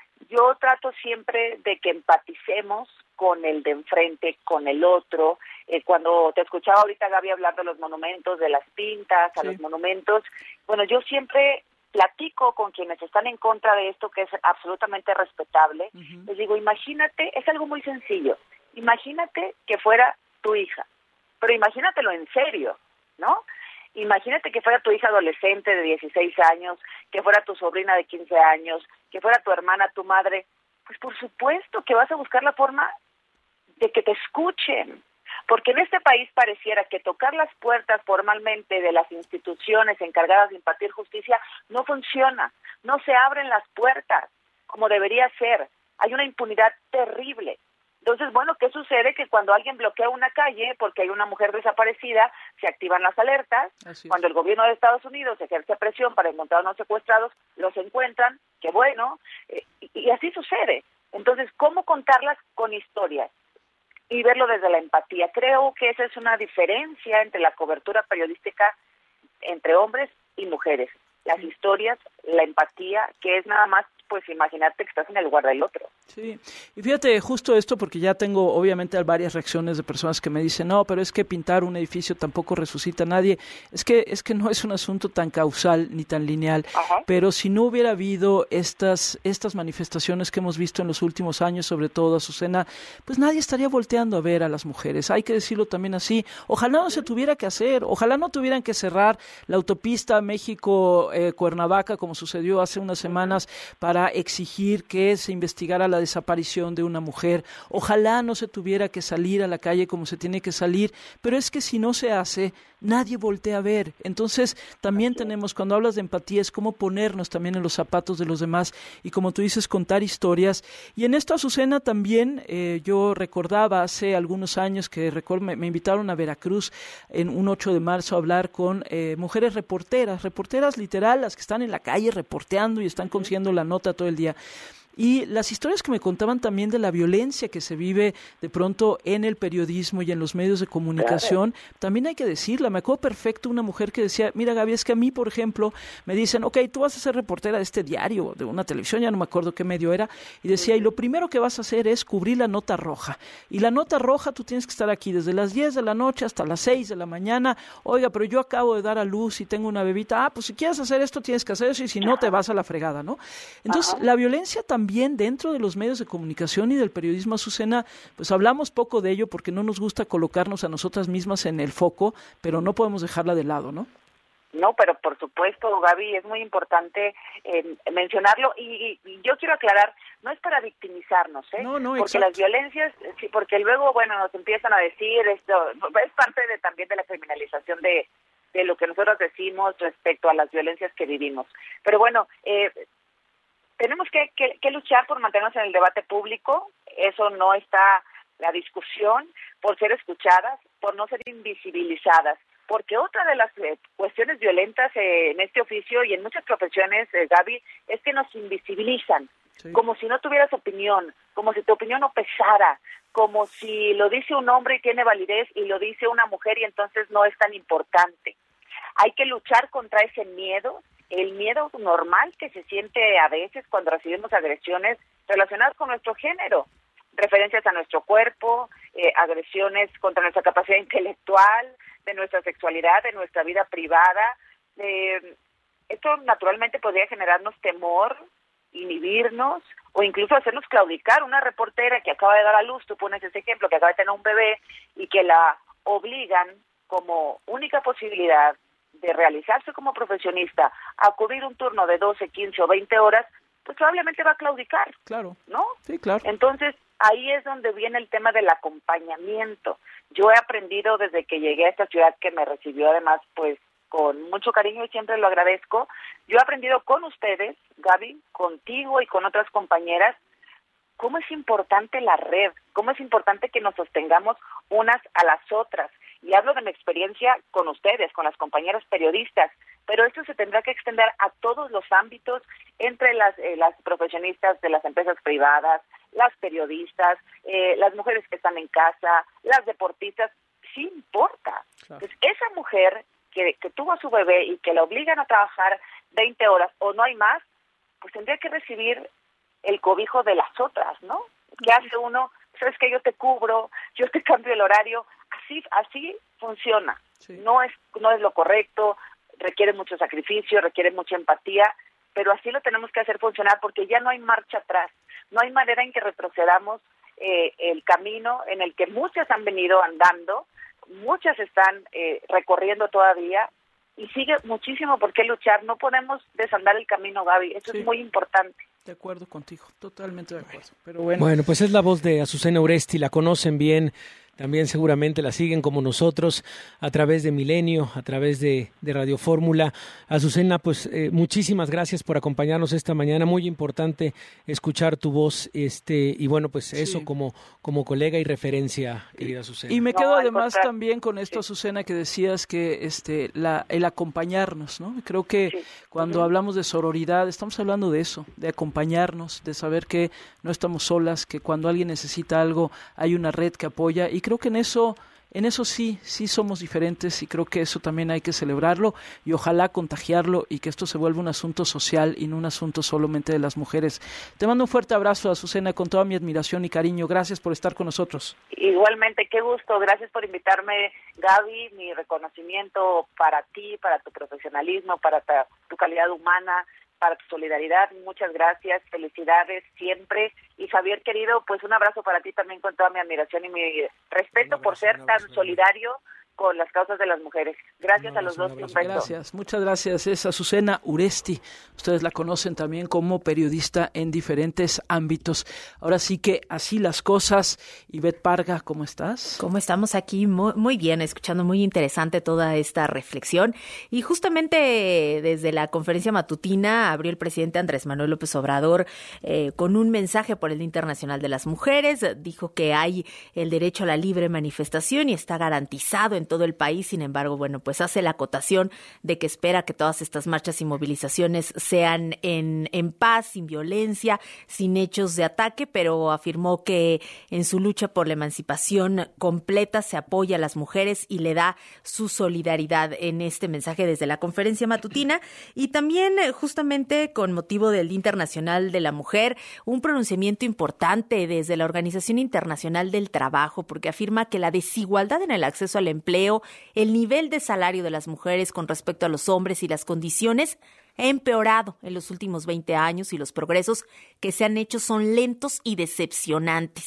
Yo trato siempre de que empaticemos con el de enfrente, con el otro. Eh, cuando te escuchaba ahorita, Gaby, hablar de los monumentos, de las pintas, a sí. los monumentos, bueno, yo siempre platico con quienes están en contra de esto, que es absolutamente respetable. Uh-huh. Les digo, imagínate, es algo muy sencillo, imagínate que fuera tu hija, pero imagínatelo en serio, ¿no? Imagínate que fuera tu hija adolescente de dieciséis años, que fuera tu sobrina de quince años, que fuera tu hermana, tu madre. Pues por supuesto que vas a buscar la forma de que te escuchen, porque en este país pareciera que tocar las puertas formalmente de las instituciones encargadas de impartir justicia no funciona, no se abren las puertas como debería ser, hay una impunidad terrible. Entonces, bueno, ¿qué sucede? Que cuando alguien bloquea una calle porque hay una mujer desaparecida, se activan las alertas. Cuando el gobierno de Estados Unidos ejerce presión para encontrar a unos secuestrados, los encuentran, qué bueno, eh, y, y así sucede. Entonces, ¿cómo contarlas? Con historias y verlo desde la empatía. Creo que esa es una diferencia entre la cobertura periodística entre hombres y mujeres. Las historias, la empatía, que es nada más, pues imaginarte que estás en el lugar del otro. Sí, y fíjate justo esto, porque ya tengo obviamente varias reacciones de personas que me dicen, no, pero es que pintar un edificio tampoco resucita a nadie. Es que es que no es un asunto tan causal ni tan lineal. Ajá. Pero si no hubiera habido estas estas manifestaciones que hemos visto en los últimos años, sobre todo, Azucena, pues nadie estaría volteando a ver a las mujeres. Hay que decirlo también así. Ojalá no se tuviera que hacer, ojalá no tuvieran que cerrar la autopista México-Cuernavaca, eh, como sucedió hace unas semanas, para exigir que se investigara la desaparición de una mujer. Ojalá no se tuviera que salir a la calle como se tiene que salir, pero es que si no se hace, nadie voltea a ver. Entonces, también tenemos, cuando hablas de empatía, es cómo ponernos también en los zapatos de los demás y, como tú dices, contar historias. Y en esto, Azucena, también eh, yo recordaba hace algunos años que recuerdo, me, me invitaron a Veracruz en un ocho de marzo a hablar con eh, mujeres reporteras, reporteras literal, las que están en la calle reporteando y están consiguiendo la nota todo el día. Y las historias que me contaban también de la violencia que se vive de pronto en el periodismo y en los medios de comunicación, claro. También hay que decirla. Me acuerdo perfecto una mujer que decía, mira, Gaby, es que a mí, por ejemplo, me dicen, ok, tú vas a ser reportera de este diario, de una televisión, ya no me acuerdo qué medio era, y decía, y lo primero que vas a hacer es cubrir la nota roja. Y la nota roja tú tienes que estar aquí desde las diez de la noche hasta las seis de la mañana. Oiga, pero yo acabo de dar a luz y tengo una bebita. Ah, pues si quieres hacer esto, tienes que hacer eso, y si no, te vas a la fregada, ¿no? Entonces, Ajá. la violencia también También dentro de los medios de comunicación y del periodismo, Azucena, pues hablamos poco de ello porque no nos gusta colocarnos a nosotras mismas en el foco, pero no podemos dejarla de lado, ¿no? No, pero por supuesto, Gaby, es muy importante eh, mencionarlo y, y yo quiero aclarar, no es para victimizarnos, ¿eh? No, no, porque exacto. las violencias, sí, porque luego, bueno, nos empiezan a decir esto, es parte de también de la criminalización de, de lo que nosotros decimos respecto a las violencias que vivimos. Pero bueno, eh, tenemos que, que, que luchar por mantenernos en el debate público, eso no está la discusión, por ser escuchadas, por no ser invisibilizadas. Porque otra de las eh, cuestiones violentas eh, en este oficio y en muchas profesiones, eh, Gaby, es que nos invisibilizan, sí. Como si no tuvieras opinión, como si tu opinión no pesara, como si lo dice un hombre y tiene validez y lo dice una mujer y entonces no es tan importante. Hay que luchar contra ese miedo, el miedo normal que se siente a veces cuando recibimos agresiones relacionadas con nuestro género, referencias a nuestro cuerpo, eh, agresiones contra nuestra capacidad intelectual, de nuestra sexualidad, de nuestra vida privada. Eh, esto naturalmente podría generarnos temor, inhibirnos o incluso hacernos claudicar. Una reportera que acaba de dar a luz, tú pones ese ejemplo, que acaba de tener un bebé y que la obligan como única posibilidad de realizarse como profesionista a cubrir un turno de doce, quince o veinte horas, pues probablemente va a claudicar. Claro. ¿No? Sí, claro. Entonces, ahí es donde viene el tema del acompañamiento. Yo he aprendido desde que llegué a esta ciudad, que me recibió además pues con mucho cariño y siempre lo agradezco. Yo he aprendido con ustedes, Gaby, contigo y con otras compañeras, cómo es importante la red, cómo es importante que nos sostengamos unas a las otras. Y hablo de mi experiencia con ustedes, con las compañeras periodistas, pero esto se tendrá que extender a todos los ámbitos, entre las, eh, las profesionistas de las empresas privadas, las periodistas, eh, las mujeres que están en casa, las deportistas, sí importa. Claro. Entonces, esa mujer que, que tuvo a su bebé y que la obligan a trabajar veinte horas o no hay más, pues tendría que recibir el cobijo de las otras, ¿no? ¿Qué hace uno? Sabes que yo te cubro, yo te cambio el horario, así así funciona. Sí. No es no es lo correcto, requiere mucho sacrificio, requiere mucha empatía, pero así lo tenemos que hacer funcionar porque ya no hay marcha atrás, no hay manera en que retrocedamos eh, el camino en el que muchas han venido andando, muchas están eh, recorriendo todavía y sigue muchísimo por qué luchar. No podemos desandar el camino, Gaby, eso sí. Es muy importante. De acuerdo contigo, totalmente de acuerdo. Pero bueno. Bueno, pues es la voz de Azucena Uresti, la conocen bien, también seguramente la siguen como nosotros a través de Milenio, a través de, de Radio Fórmula. Azucena, pues eh, muchísimas gracias por acompañarnos esta mañana, muy importante escuchar tu voz, este y bueno, pues sí. Eso como, como colega y referencia, querida Azucena. Y me quedo no, además contra... también con esto, Azucena, que decías que este la el acompañarnos, ¿no? Creo que sí. Cuando uh-huh. hablamos de sororidad, estamos hablando de eso, de acompañarnos, de saber que no estamos solas, que cuando alguien necesita algo hay una red que apoya y creo que en eso, en eso sí, sí somos diferentes y creo que eso también hay que celebrarlo y ojalá contagiarlo y que esto se vuelva un asunto social y no un asunto solamente de las mujeres. Te mando un fuerte abrazo, Azucena, con toda mi admiración y cariño. Gracias por estar con nosotros. Igualmente, qué gusto. Gracias por invitarme, Gaby. Mi reconocimiento para ti, para tu profesionalismo, para ta, tu calidad humana, para tu solidaridad, muchas gracias, felicidades siempre. Y Javier, querido, pues un abrazo para ti también con toda mi admiración y mi respeto abrazo, por ser tan solidario con las causas de las mujeres. Gracias a los dos. Un beso. Gracias, muchas gracias. Es Azucena Uresti. Ustedes la conocen también como periodista en diferentes ámbitos. Ahora sí que así las cosas. Ivette Parga, ¿cómo estás? ¿Cómo estamos aquí? Muy, muy bien, escuchando muy interesante toda esta reflexión. Y justamente desde la conferencia matutina abrió el presidente Andrés Manuel López Obrador eh, con un mensaje por el Día Internacional de las Mujeres. Dijo que hay el derecho a la libre manifestación y está garantizado en todo el país. Sin embargo, bueno, pues hace la acotación de que espera que todas estas marchas y movilizaciones sean en, en paz, sin violencia, sin hechos de ataque, pero afirmó que en su lucha por la emancipación completa se apoya a las mujeres y le da su solidaridad en este mensaje desde la conferencia matutina. Y también justamente con motivo del Día Internacional de la Mujer, un pronunciamiento importante desde la Organización Internacional del Trabajo, porque afirma que la desigualdad en el acceso al empleo, el nivel de salario de las mujeres con respecto a los hombres y las condiciones ha empeorado en los últimos veinte años y los progresos que se han hecho son lentos y decepcionantes.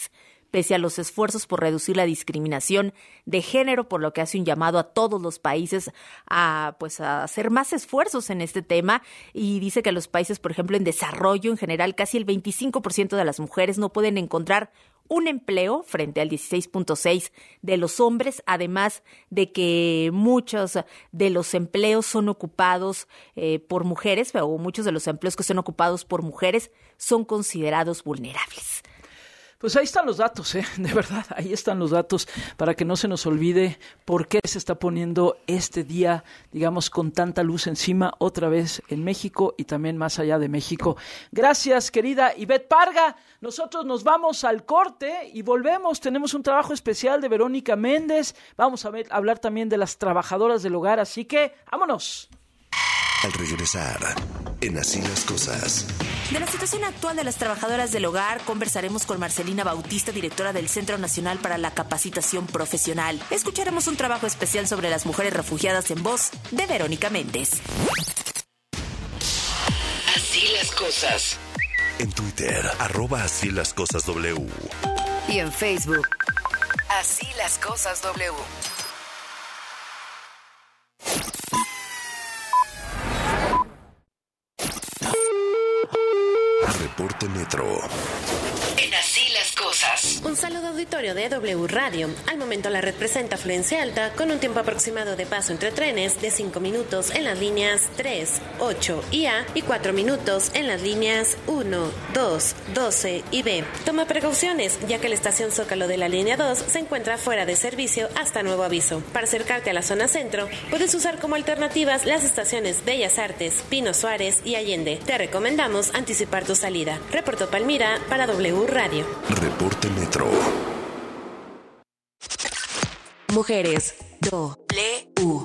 pese a los esfuerzos por reducir la discriminación de género, por lo que hace un llamado a todos los países a, pues, a hacer más esfuerzos en este tema, y dice que los países, por ejemplo, en desarrollo en general, casi el veinticinco por ciento de las mujeres no pueden encontrar un empleo frente al dieciséis punto seis por ciento de los hombres, además de que muchos de los empleos son ocupados eh, por mujeres, o muchos de los empleos que son ocupados por mujeres son considerados vulnerables. Pues ahí están los datos, ¿eh? De verdad, ahí están los datos para que no se nos olvide por qué se está poniendo este día, digamos, con tanta luz encima otra vez en México y también más allá de México. Gracias, querida Ivette Parga. Nosotros nos vamos al corte y volvemos. Tenemos un trabajo especial de Verónica Méndez. Vamos a ver, a hablar también de las trabajadoras del hogar, así que ¡vámonos! Al regresar, en Así las Cosas. De la situación actual de las trabajadoras del hogar conversaremos con Marcelina Bautista, directora del Centro Nacional para la Capacitación Profesional. Escucharemos un trabajo especial sobre las mujeres refugiadas en voz de Verónica Méndez. Así las Cosas. En Twitter, arroba Así las Cosas W. Y en Facebook, Así las Cosas W. Reporte Metro. En Así las Cosas. Un saludo auditorio de W Radio. Al momento la red presenta afluencia alta con un tiempo aproximado de paso entre trenes de cinco minutos en las líneas tres, ocho y A y cuatro minutos en las líneas uno, dos, doce y B. Toma precauciones, ya que la estación Zócalo de la línea dos se encuentra fuera de servicio hasta nuevo aviso. Para acercarte a la zona centro, puedes usar como alternativas las estaciones Bellas Artes, Pino Suárez y Allende. Te recomendamos anticipar tu salida. Reportó Palmira para W Radio. Reporte Metro. Mujeres. W.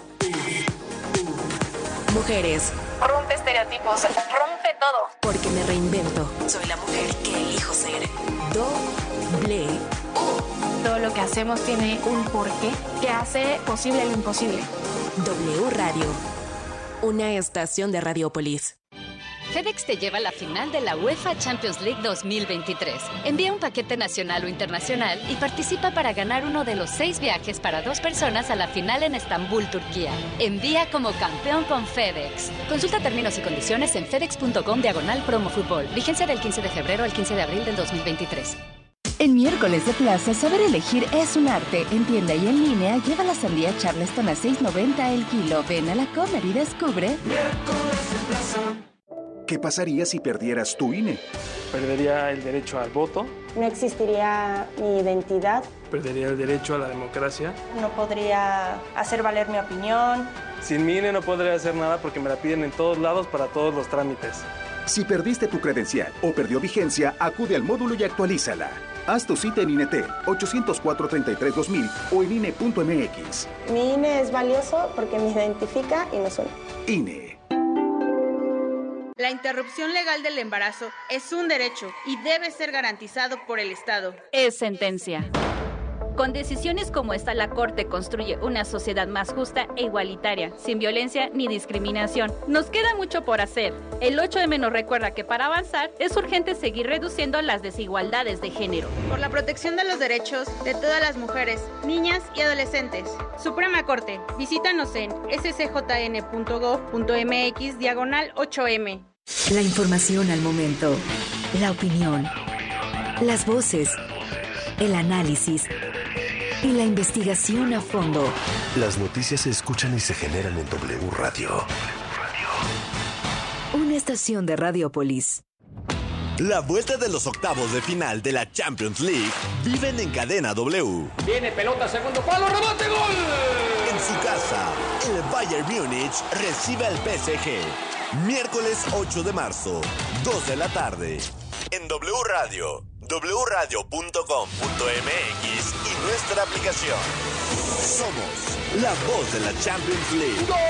Mujeres. Rompe estereotipos, rompe todo. Porque me reinvento. Soy la mujer que elijo ser. W. Todo lo que hacemos tiene un porqué que hace posible lo imposible. W Radio. Una estación de Radiopolis. FedEx te lleva a la final de la UEFA Champions League dos mil veintitrés. Envía un paquete nacional o internacional y participa para ganar uno de los seis viajes para dos personas a la final en Estambul, Turquía. Envía como campeón con FedEx. Consulta términos y condiciones en fedex punto com diagonal promo fútbol. Vigencia del quince de febrero al quince de abril del dos mil veintitrés. En miércoles de plaza, saber elegir es un arte. En tienda y en línea, lleva la sandía Charleston a seis noventa el kilo. Ven a la Comer y descubre. Miércoles de plaza. ¿Qué pasaría si perdieras tu I N E? Perdería el derecho al voto. No existiría mi identidad. Perdería el derecho a la democracia. No podría hacer valer mi opinión. Sin mi I N E no podría hacer nada porque me la piden en todos lados para todos los trámites. Si perdiste tu credencial o perdió vigencia, acude al módulo y actualízala. Haz tu cita en INETEL ochocientos cuatro, treinta y tres, dos mil o en I N E punto M X. Mi I N E es valioso porque me identifica y nos une. I N E. La interrupción legal del embarazo es un derecho y debe ser garantizado por el Estado. Es sentencia. Con decisiones como esta, la Corte construye una sociedad más justa e igualitaria, sin violencia ni discriminación. Nos queda mucho por hacer. El ocho eme nos recuerda que para avanzar es urgente seguir reduciendo las desigualdades de género. Por la protección de los derechos de todas las mujeres, niñas y adolescentes. Suprema Corte, visítanos en ese ce jota ene punto gob punto eme equis diagonal ocho eme. La información al momento, la opinión, las voces, el análisis y la investigación a fondo. Las noticias se escuchan y se generan en W Radio. Una estación de Radiopolis. La vuelta de los octavos de final de la Champions League viven en Cadena W. Viene pelota, segundo palo, rebote, gol. En su casa, el Bayern Múnich recibe al P S G. Miércoles ocho de marzo, dos de la tarde. En W Radio, w radio punto com punto eme equis y nuestra aplicación. Somos la voz de la Champions League. ¡Gol!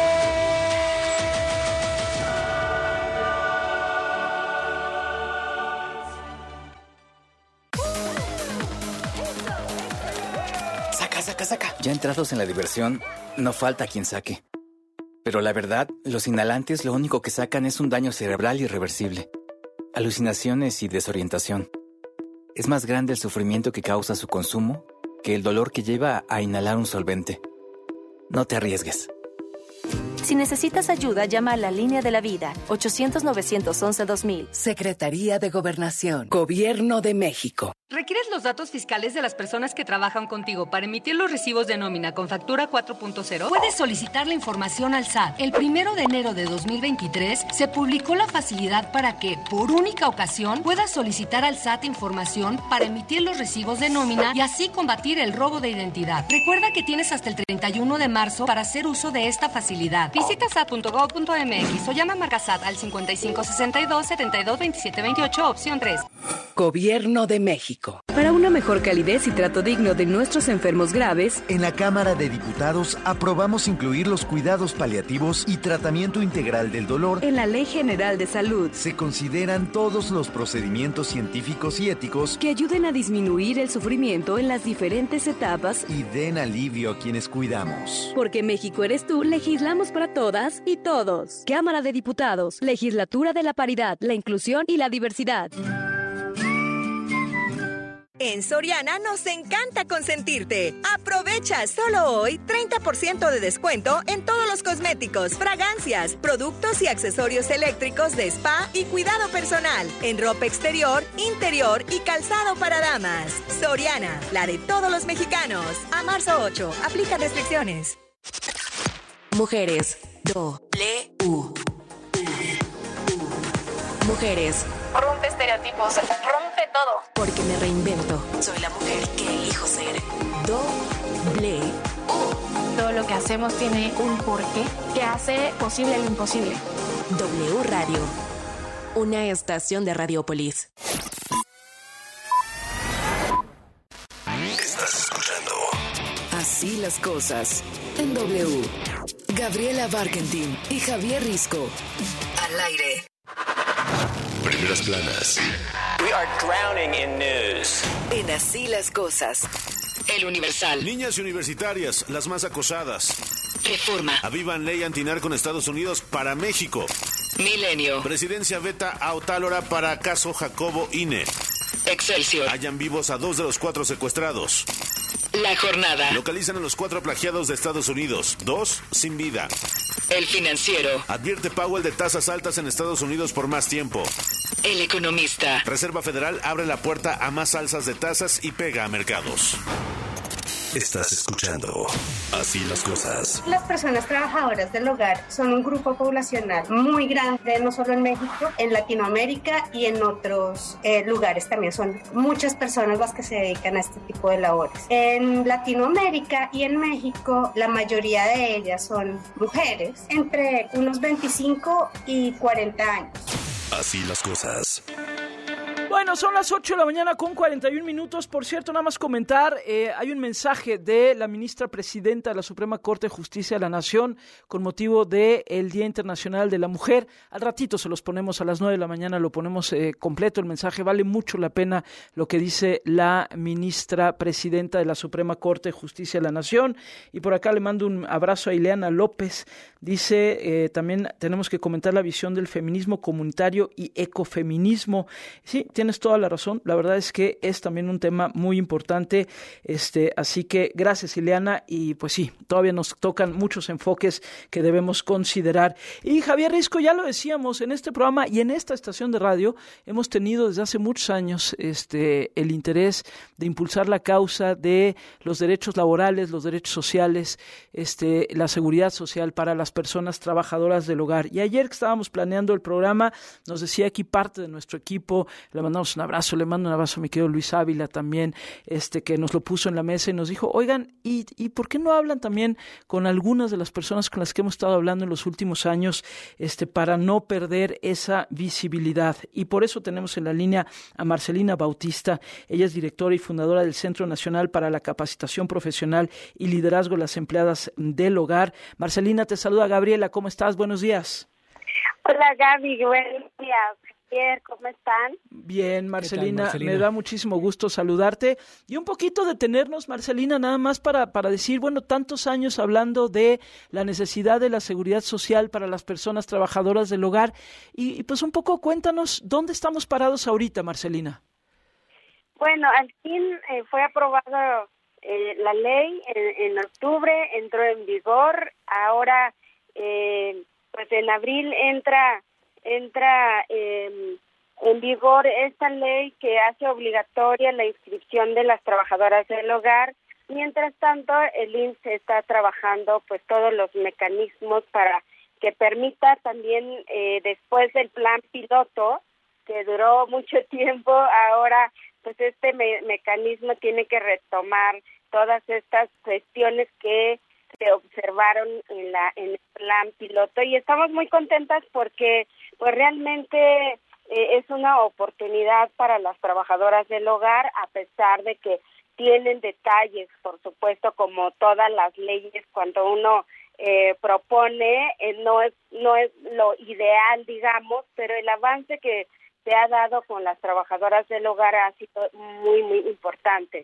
Saca, saca, saca. Ya entrados en la diversión, no falta quien saque. Pero la verdad, los inhalantes lo único que sacan es un daño cerebral irreversible, alucinaciones y desorientación. es más grande el sufrimiento que causa su consumo que el dolor que lleva a inhalar un solvente. No te arriesgues. Si necesitas ayuda, llama a la Línea de la Vida, ochocientos, novecientos once, dos mil. Secretaría de Gobernación, Gobierno de México. ¿Requieres los datos fiscales de las personas que trabajan contigo para emitir los recibos de nómina con factura cuatro punto cero? Puedes solicitar la información al S A T. El primero de enero de dos mil veintitrés se publicó la facilidad para que, por única ocasión, puedas solicitar al S A T información para emitir los recibos de nómina y así combatir el robo de identidad. Recuerda que tienes hasta el treinta y uno de marzo para hacer uso de esta facilidad. Visita S A T punto gov punto m x o llama a Marca S A T al cincuenta y cinco sesenta y dos, setenta y dos, veintisiete veintiocho, opción tres. Gobierno de México. Para una mejor calidez y trato digno de nuestros enfermos graves, en la Cámara de Diputados aprobamos incluir los cuidados paliativos y tratamiento integral del dolor en la Ley General de Salud. Se consideran todos los procedimientos científicos y éticos que ayuden a disminuir el sufrimiento en las diferentes etapas y den alivio a quienes cuidamos. Porque México eres tú, legislamos para todas y todos. Cámara de Diputados, Legislatura de la Paridad, la Inclusión y la Diversidad. En Soriana nos encanta consentirte. Aprovecha solo hoy treinta por ciento de descuento en todos los cosméticos, fragancias, productos y accesorios eléctricos de spa y cuidado personal, en ropa exterior, interior y calzado para damas. Soriana, la de todos los mexicanos. A marzo ocho, aplica restricciones. Mujeres. W. Mujeres. Rompe estereotipos, rompe todo. Porque me reinvento. Soy la mujer que elijo ser. Doble. Todo lo que hacemos tiene un porqué que hace posible lo imposible. W Radio. Una estación de Radiopolis. Estás escuchando Así las cosas. En W. Gabriela Barkentin y Javier Risco. Al aire. Primeras planas. We are drowning in news. En Así las cosas. El Universal. Niñas universitarias, las más acosadas. Reforma. Avivan ley antinar con Estados Unidos para México. Milenio. Presidencia veta a Otálora para caso Jacobo I N E. Excelsior. Hallan vivos a dos de los cuatro secuestrados. La Jornada. Localizan a los cuatro plagiados de Estados Unidos. Dos sin vida. El Financiero. Advierte Powell de tasas altas en Estados Unidos por más tiempo. El Economista. Reserva Federal abre la puerta a más alzas de tasas y pega a mercados. Estás escuchando Así las cosas. Las personas trabajadoras del hogar son un grupo poblacional muy grande, no solo en México, en Latinoamérica y en otros eh, lugares también. Son muchas personas las que se dedican a este tipo de labores. En Latinoamérica y en México, la mayoría de ellas son mujeres entre unos veinticinco y cuarenta años. Así las cosas. Bueno, son las ocho de la mañana con cuarenta y un minutos. Por cierto, nada más comentar, eh, hay un mensaje de la ministra presidenta de la Suprema Corte de Justicia de la Nación con motivo del Día Internacional de la Mujer. Al ratito se los ponemos a las nueve de la mañana, lo ponemos eh, completo el mensaje. Vale mucho la pena lo que dice la ministra presidenta de la Suprema Corte de Justicia de la Nación. Y por acá le mando un abrazo a Ileana López. Dice, eh, también tenemos que comentar la visión del feminismo comunitario y ecofeminismo. Sí, tienes toda la razón. La verdad es que es también un tema muy importante. Este, así que gracias, Ileana. Y pues sí, todavía nos tocan muchos enfoques que debemos considerar. Y Javier Risco, ya lo decíamos, en este programa y en esta estación de radio hemos tenido desde hace muchos años este, el interés de impulsar la causa de los derechos laborales, los derechos sociales, este, la seguridad social para las personas trabajadoras del hogar. Y ayer que estábamos planeando el programa, nos decía aquí parte de nuestro equipo, le mandamos un abrazo, le mando un abrazo a mi querido Luis Ávila también, este que nos lo puso en la mesa y nos dijo, oigan, ¿y, y por qué no hablan también con algunas de las personas con las que hemos estado hablando en los últimos años este, para no perder esa visibilidad? Y por eso tenemos en la línea a Marcelina Bautista. Ella es directora y fundadora del Centro Nacional para la Capacitación Profesional y Liderazgo de las Empleadas del Hogar. Marcelina, te saluda Gabriela, ¿cómo estás? Buenos días. Hola Gaby, buenos días. Javier, ¿cómo están? Bien, Marcelina, tal, Marcelina, me da muchísimo gusto saludarte y un poquito detenernos, Marcelina, nada más para, para decir, bueno, tantos años hablando de la necesidad de la seguridad social para las personas trabajadoras del hogar y, y pues un poco cuéntanos dónde estamos parados ahorita, Marcelina. Bueno, al fin eh, fue aprobada eh, la ley en, en octubre, entró en vigor, ahora eh, pues en abril entra entra eh, en vigor esta ley que hace obligatoria la inscripción de las trabajadoras del hogar. Mientras tanto, el I M S S está trabajando pues todos los mecanismos para que permita también eh, después del plan piloto, que duró mucho tiempo, ahora pues este me- mecanismo tiene que retomar todas estas cuestiones que se observaron en la en el plan piloto, y estamos muy contentas porque pues realmente eh, es una oportunidad para las trabajadoras del hogar, a pesar de que tienen detalles, por supuesto, como todas las leyes. Cuando uno eh, propone, eh, no es no es lo ideal, digamos, pero el avance que se ha dado con las trabajadoras del hogar ha sido muy, muy importante.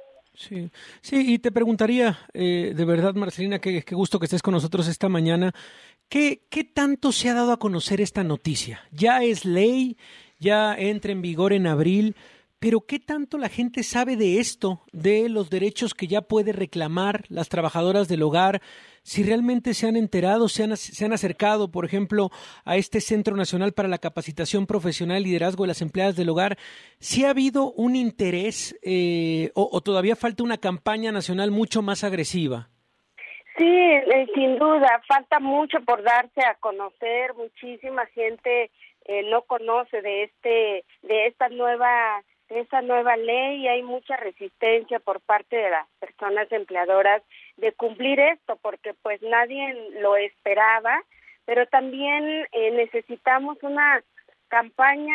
Sí, sí, y te preguntaría, eh, de verdad, Marcelina, qué, qué gusto que estés con nosotros esta mañana. ¿Qué, ¿Qué tanto se ha dado a conocer esta noticia? Ya es ley, ya entra en vigor en abril, pero ¿qué tanto la gente sabe de esto, de los derechos que ya puede reclamar las trabajadoras del hogar? Si realmente se han enterado, se han, se han acercado, por ejemplo, a este Centro Nacional para la Capacitación Profesional y Liderazgo de las Empleadas del Hogar, ¿sí ha habido un interés eh, o, o todavía falta una campaña nacional mucho más agresiva? Sí, eh, sin duda, falta mucho por darse a conocer. Muchísima gente eh, no conoce de este, de esta nueva, de esta nueva ley, y hay mucha resistencia por parte de las personas empleadoras de cumplir esto, porque pues nadie lo esperaba, pero también eh, necesitamos una campaña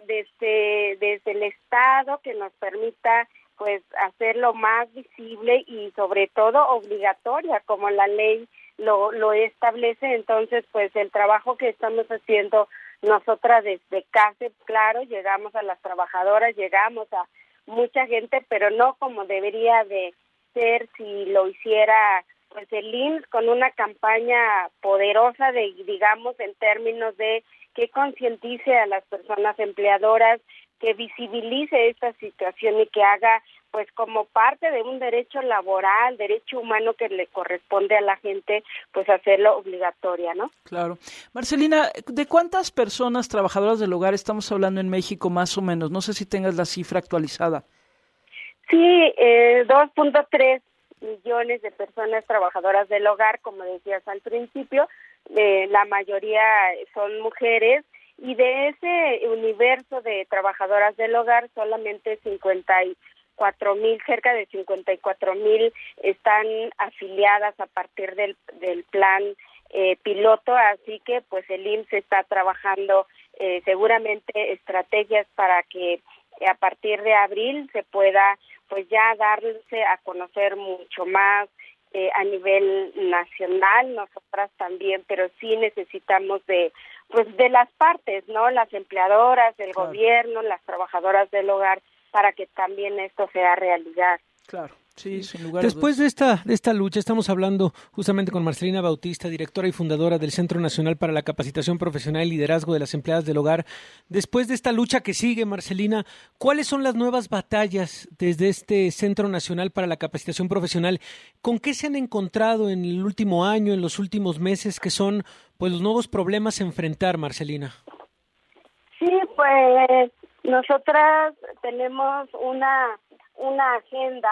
desde desde el Estado que nos permita pues hacerlo más visible y sobre todo obligatoria, como la ley lo lo establece. Entonces, pues el trabajo que estamos haciendo nosotras desde C A S E P, claro, llegamos a las trabajadoras, llegamos a mucha gente, pero no como debería de ser si lo hiciera pues el I M S S con una campaña poderosa de, digamos, en términos de que concientice a las personas empleadoras, que visibilice esta situación y que haga pues como parte de un derecho laboral, derecho humano que le corresponde a la gente, pues hacerlo obligatoria, ¿no? Claro. Marcelina, ¿de cuántas personas trabajadoras del hogar estamos hablando en México más o menos? No sé si tengas la cifra actualizada. Sí, eh, dos punto tres millones de personas trabajadoras del hogar, como decías al principio, eh, la mayoría son mujeres, y de ese universo de trabajadoras del hogar solamente cincuenta y cuatro mil, cerca de cincuenta y cuatro mil están afiliadas a partir del, del plan eh, piloto, así que pues el I M S S está trabajando eh, seguramente estrategias para que a partir de abril se pueda pues ya darse a conocer mucho más eh, a nivel nacional, nosotras también, pero sí necesitamos de pues de las partes, ¿no? Las empleadoras, el claro. gobierno, las trabajadoras del hogar, para que también esto sea realidad. Claro. Sí, sin lugar a Después de esta, de esta lucha, estamos hablando justamente con Marcelina Bautista, directora y fundadora del Centro Nacional para la Capacitación Profesional y Liderazgo de las Empleadas del Hogar. Después de esta lucha que sigue, Marcelina, ¿cuáles son las nuevas batallas desde este Centro Nacional para la Capacitación Profesional? ¿Con qué se han encontrado en el último año, en los últimos meses, que son pues los nuevos problemas a enfrentar, Marcelina? Sí, pues nosotras tenemos una, una agenda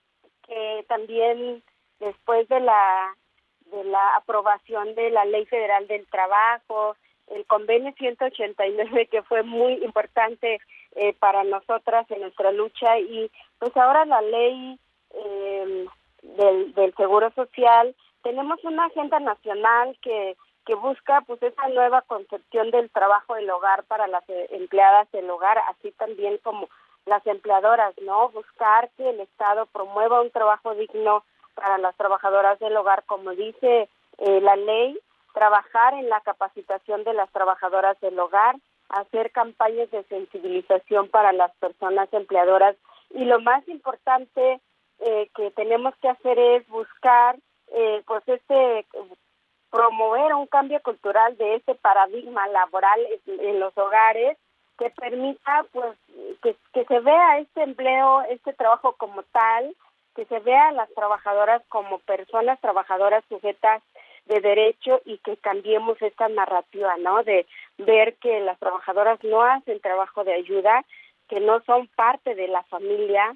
que también después de la de la aprobación de la Ley Federal del Trabajo, el convenio ciento ochenta y nueve, que fue muy importante eh, para nosotras en nuestra lucha, y pues ahora la ley eh, del, del Seguro Social, tenemos una agenda nacional que que busca pues esa nueva concepción del trabajo del hogar para las empleadas del hogar, así también como las empleadoras, ¿no? Buscar que el Estado promueva un trabajo digno para las trabajadoras del hogar, como dice eh, la ley, trabajar en la capacitación de las trabajadoras del hogar, hacer campañas de sensibilización para las personas empleadoras, y lo más importante eh, que tenemos que hacer es buscar eh, pues este promover un cambio cultural de este paradigma laboral en los hogares, que permita pues que, que se vea este empleo, este trabajo como tal, que se vea a las trabajadoras como personas trabajadoras sujetas de derecho y que cambiemos esta narrativa, ¿no? De ver que las trabajadoras no hacen trabajo de ayuda, que no son parte de la familia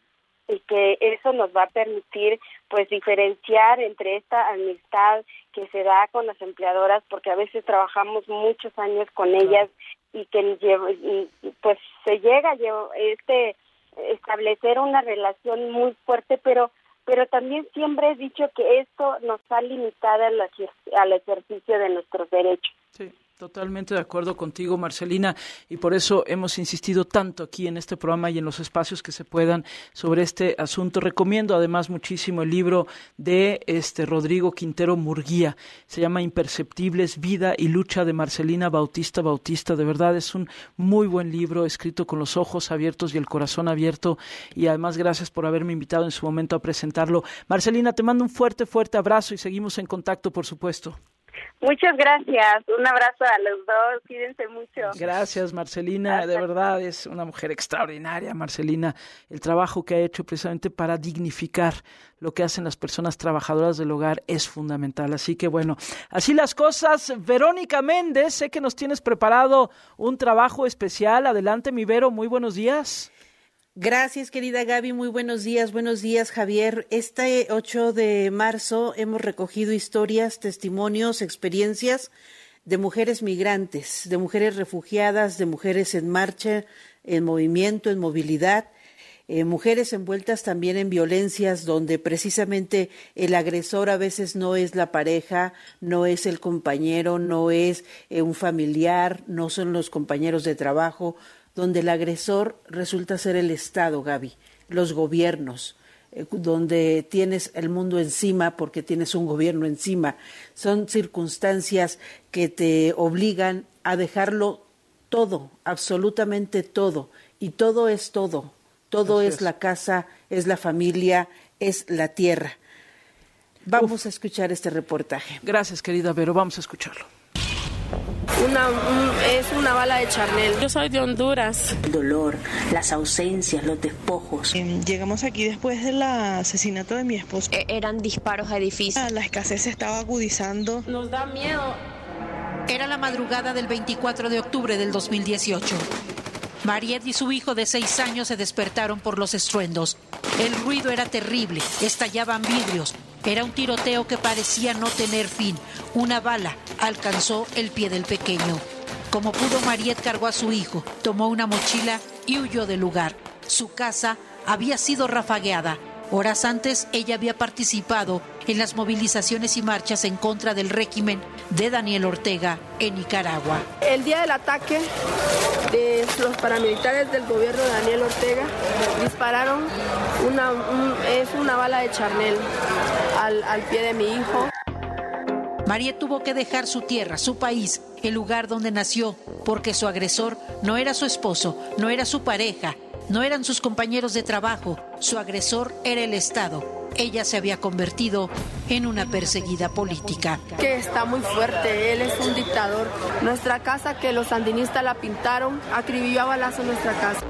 y que eso nos va a permitir pues diferenciar entre esta amistad que se da con las empleadoras, porque a veces trabajamos muchos años con ellas y que y, pues se llega a este establecer una relación muy fuerte, pero pero también siempre he dicho que esto nos ha limitado al, al ejercicio de nuestros derechos. Sí. Totalmente de acuerdo contigo, Marcelina, y por eso hemos insistido tanto aquí en este programa y en los espacios que se puedan sobre este asunto. Recomiendo además muchísimo el libro de este Rodrigo Quintero Murguía, se llama Imperceptibles, Vida y Lucha de Marcelina Bautista Bautista. De verdad es un muy buen libro, escrito con los ojos abiertos y el corazón abierto, y además gracias por haberme invitado en su momento a presentarlo. Marcelina, te mando un fuerte, fuerte abrazo y seguimos en contacto, por supuesto. Muchas gracias, un abrazo a los dos, cuídense mucho. Gracias, Marcelina, de verdad es una mujer extraordinaria, Marcelina, el trabajo que ha hecho precisamente para dignificar lo que hacen las personas trabajadoras del hogar es fundamental, así que bueno, así las cosas. Verónica Méndez, sé que nos tienes preparado un trabajo especial, adelante mi Vero, muy buenos días. Gracias, querida Gaby. Muy buenos días. Buenos días, Javier. Este ocho de marzo hemos recogido historias, testimonios, experiencias de mujeres migrantes, de mujeres refugiadas, de mujeres en marcha, en movimiento, en movilidad, eh, mujeres envueltas también en violencias donde precisamente el agresor a veces no es la pareja, no es el compañero, no es eh, un familiar, no son los compañeros de trabajo, donde el agresor resulta ser el Estado, Gaby, los gobiernos, eh, donde tienes el mundo encima porque tienes un gobierno encima. Son circunstancias que te obligan a dejarlo todo, absolutamente todo, y todo es todo. Todo es, es la casa, es la familia, es la tierra. Vamos Uf. a escuchar este reportaje. Gracias, querida Vero, vamos a escucharlo. Una, un, es una bala de charnel. Yo soy de Honduras. El dolor, las ausencias, los despojos. Eh, llegamos aquí después del asesinato de mi esposo. Eh, eran disparos a edificios. La escasez se estaba agudizando. Nos da miedo. Era la madrugada del veinticuatro de octubre del dos mil dieciocho. Mariette y su hijo de seis años se despertaron por los estruendos. El ruido era terrible, estallaban vidrios. Era un tiroteo que parecía no tener fin. Una bala alcanzó el pie del pequeño. Como pudo, Mariette cargó a su hijo, tomó una mochila y huyó del lugar. Su casa había sido rafagueada. Horas antes, ella había participado en las movilizaciones y marchas en contra del régimen de Daniel Ortega en Nicaragua. El día del ataque de los paramilitares del gobierno de Daniel Ortega dispararon una, un, es una bala de charnel al, al pie de mi hijo. Mariette tuvo que dejar su tierra, su país, el lugar donde nació, porque su agresor no era su esposo, no era su pareja, no eran sus compañeros de trabajo, su agresor era el Estado. Ella se había convertido en una perseguida política. Que está muy fuerte, él es un dictador. Nuestra casa, que los sandinistas la pintaron, acribilló a balazo nuestra casa.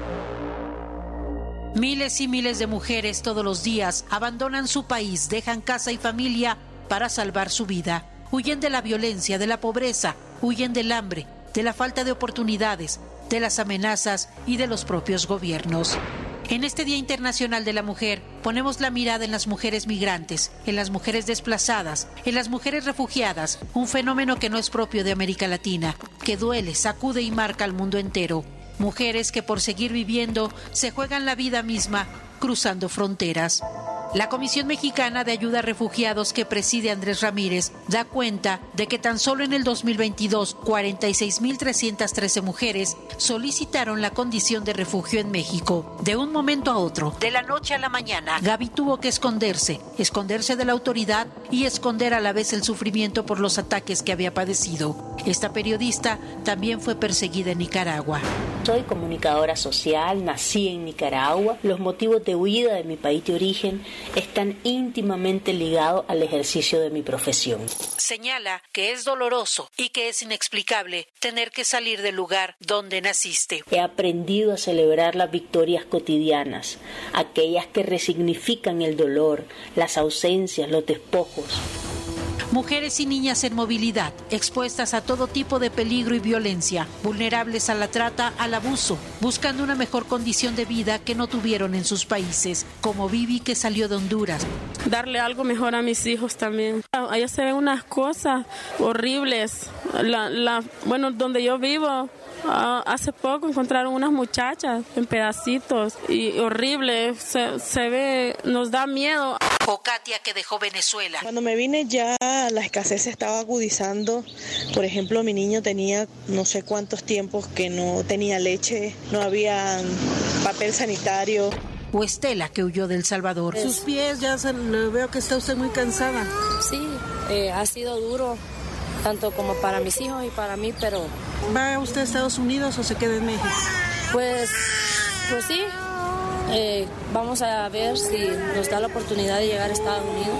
Miles y miles de mujeres todos los días abandonan su país, dejan casa y familia para salvar su vida. Huyen de la violencia, de la pobreza, huyen del hambre, de la falta de oportunidades, de las amenazas y de los propios gobiernos. En este Día Internacional de la Mujer, ponemos la mirada en las mujeres migrantes, en las mujeres desplazadas, en las mujeres refugiadas, un fenómeno que no es propio de América Latina, que duele, sacude y marca al mundo entero. Mujeres que por seguir viviendo se juegan la vida misma, cruzando fronteras. La Comisión Mexicana de Ayuda a Refugiados que preside Andrés Ramírez da cuenta de que tan solo en el dos mil veintidós, cuarenta y seis mil trescientas trece mujeres solicitaron la condición de refugio en México. De un momento a otro, de la noche a la mañana, Gaby tuvo que esconderse, esconderse de la autoridad y esconder a la vez el sufrimiento por los ataques que había padecido. Esta periodista también fue perseguida en Nicaragua. Soy comunicadora social, nací en Nicaragua. Los motivos de huida de mi país de origen están íntimamente ligados al ejercicio de mi profesión. Señala que es doloroso y que es inexplicable tener que salir del lugar donde naciste. He aprendido a celebrar las victorias cotidianas, aquellas que resignifican el dolor, las ausencias, los despojos. Mujeres y niñas en movilidad, expuestas a todo tipo de peligro y violencia, vulnerables a la trata, al abuso, buscando una mejor condición de vida que no tuvieron en sus países, como Vivi, que salió de Honduras. Darle algo mejor a mis hijos también. Allá se ven unas cosas horribles. La, la, bueno, donde yo vivo, Uh, hace poco encontraron unas muchachas en pedacitos y horrible, se, se ve, nos da miedo. O Katia, que dejó Venezuela. Cuando me vine ya la escasez se estaba agudizando. Por ejemplo, mi niño tenía no sé cuántos tiempos que no tenía leche, no había papel sanitario. O Estela, que huyó de El Salvador. Sus pies, ya se, veo que está usted muy cansada. Sí, eh, ha sido duro, tanto como para mis hijos y para mí, pero... ¿Va usted a Estados Unidos o se queda en México? Pues, pues sí, eh, vamos a ver si nos da la oportunidad de llegar a Estados Unidos.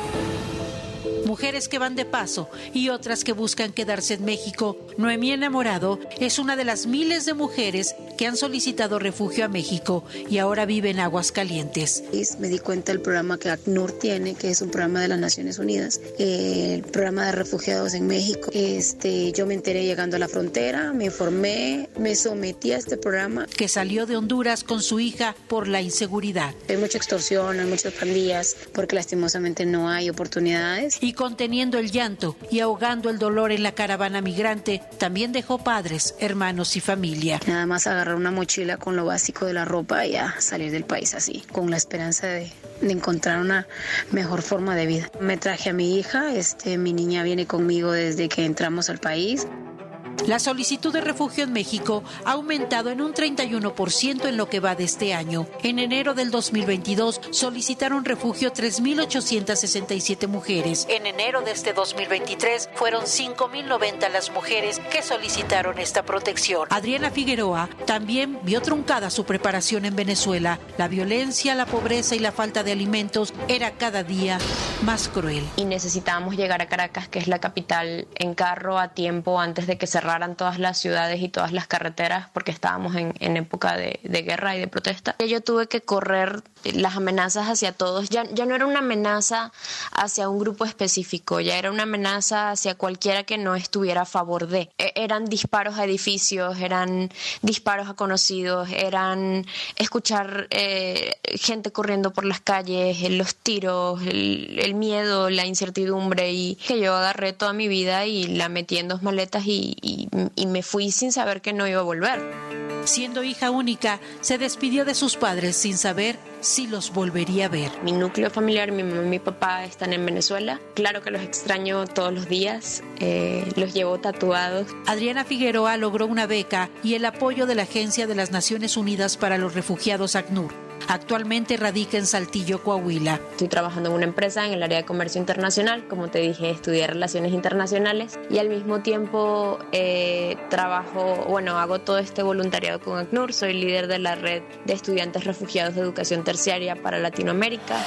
Mujeres que van de paso y otras que buscan quedarse en México. Noemí Enamorado es una de las miles de mujeres que han solicitado refugio a México y ahora vive en Aguascalientes. Me di cuenta del programa que ACNUR tiene, que es un programa de las Naciones Unidas, eh, el programa de refugiados en México. Este, yo me enteré llegando a la frontera, me informé, me sometí a este programa. Que salió de Honduras con su hija por la inseguridad. Hay mucha extorsión, hay muchas pandillas, porque lastimosamente no hay oportunidades. Y conteniendo el llanto y ahogando el dolor en la caravana migrante, también dejó padres, hermanos y familia. Nada más agarrar una mochila con lo básico de la ropa y ya salir del país así, con la esperanza de, de encontrar una mejor forma de vida. Me traje a mi hija, este, mi niña viene conmigo desde que entramos al país. La solicitud de refugio en México ha aumentado en un treinta y uno por ciento en lo que va de este año. En enero del dos mil veintidós solicitaron refugio tres mil ochocientas sesenta y siete mujeres. En enero de este dos mil veintitrés fueron cinco mil noventa las mujeres que solicitaron esta protección. Adriana Figueroa también vio truncada su preparación en Venezuela. La violencia, la pobreza y la falta de alimentos era cada día más cruel. Y necesitábamos llegar a Caracas, que es la capital, en carro a tiempo antes de que cerraran todas las ciudades y todas las carreteras, porque estábamos en, en época de, de guerra y de protesta. Yo tuve que correr las amenazas hacia todos. Ya, ya no era una amenaza hacia un grupo específico, ya era una amenaza hacia cualquiera que no estuviera a favor de. E- eran disparos a edificios, eran disparos a conocidos, eran escuchar eh, gente corriendo por las calles, los tiros, el, el miedo, la incertidumbre, y que yo agarré toda mi vida y la metí en dos maletas y, y y me fui sin saber que no iba a volver. Siendo hija única, se despidió de sus padres sin saber si los volvería a ver. Mi núcleo familiar, mi mamá y mi papá están en Venezuela. Claro que los extraño todos los días, eh, los llevo tatuados. Adriana Figueroa logró una beca y el apoyo de la Agencia de las Naciones Unidas para los Refugiados ACNUR. Actualmente radica en Saltillo, Coahuila. Estoy trabajando en una empresa en el área de comercio internacional. Como te dije, estudié relaciones internacionales y al mismo tiempo eh, trabajo, bueno, hago todo este voluntariado con ACNUR. Soy líder de la red de estudiantes refugiados de educación terciaria para Latinoamérica.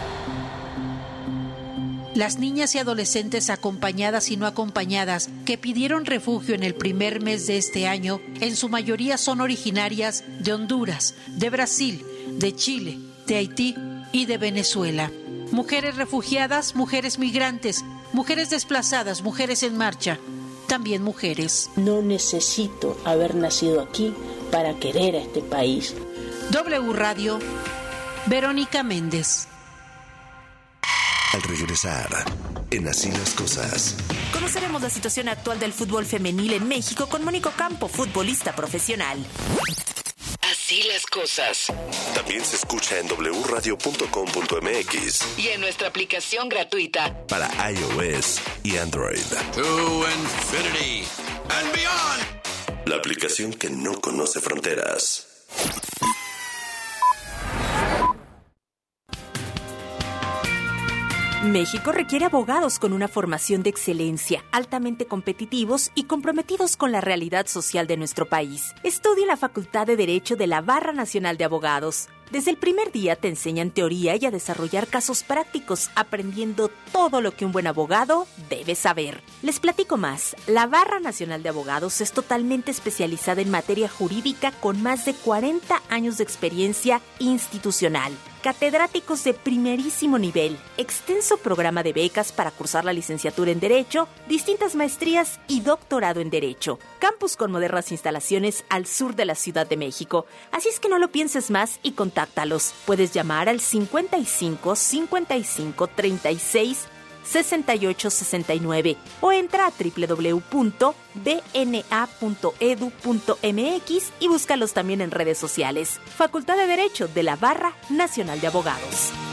Las niñas y adolescentes acompañadas y no acompañadas que pidieron refugio en el primer mes de este año, en su mayoría son originarias de Honduras, de Brasil, de Chile, de Haití y de Venezuela. Mujeres refugiadas, mujeres migrantes, mujeres desplazadas, mujeres en marcha, también mujeres. No necesito haber nacido aquí para querer a este país. W Radio, Verónica Méndez. Al regresar, en Así las Cosas. Conoceremos la situación actual del fútbol femenil en México con Mónico Campo, futbolista profesional. Así las cosas. También se escucha en doble u radio punto com punto m x y en nuestra aplicación gratuita para iOS y Android. To infinity and beyond. La aplicación que no conoce fronteras. México requiere abogados con una formación de excelencia, altamente competitivos y comprometidos con la realidad social de nuestro país. Estudia en la Facultad de Derecho de la Barra Nacional de Abogados. Desde el primer día te enseñan teoría y a desarrollar casos prácticos, aprendiendo todo lo que un buen abogado debe saber. Les platico más. La Barra Nacional de Abogados es totalmente especializada en materia jurídica con más de cuarenta años de experiencia institucional. Catedráticos de primerísimo nivel, extenso programa de becas para cursar la licenciatura en Derecho, distintas maestrías y doctorado en Derecho. Campus con modernas instalaciones al sur de la Ciudad de México. Así es que no lo pienses más y contáctalos. Puedes llamar al cincuenta y cinco, cincuenta y cinco, treinta y seis, sesenta y ocho sesenta y nueve o entra a doble u doble u doble u punto b n a punto e d u punto m x y búscalos también en redes sociales. Facultad de Derecho de la Barra Nacional de Abogados.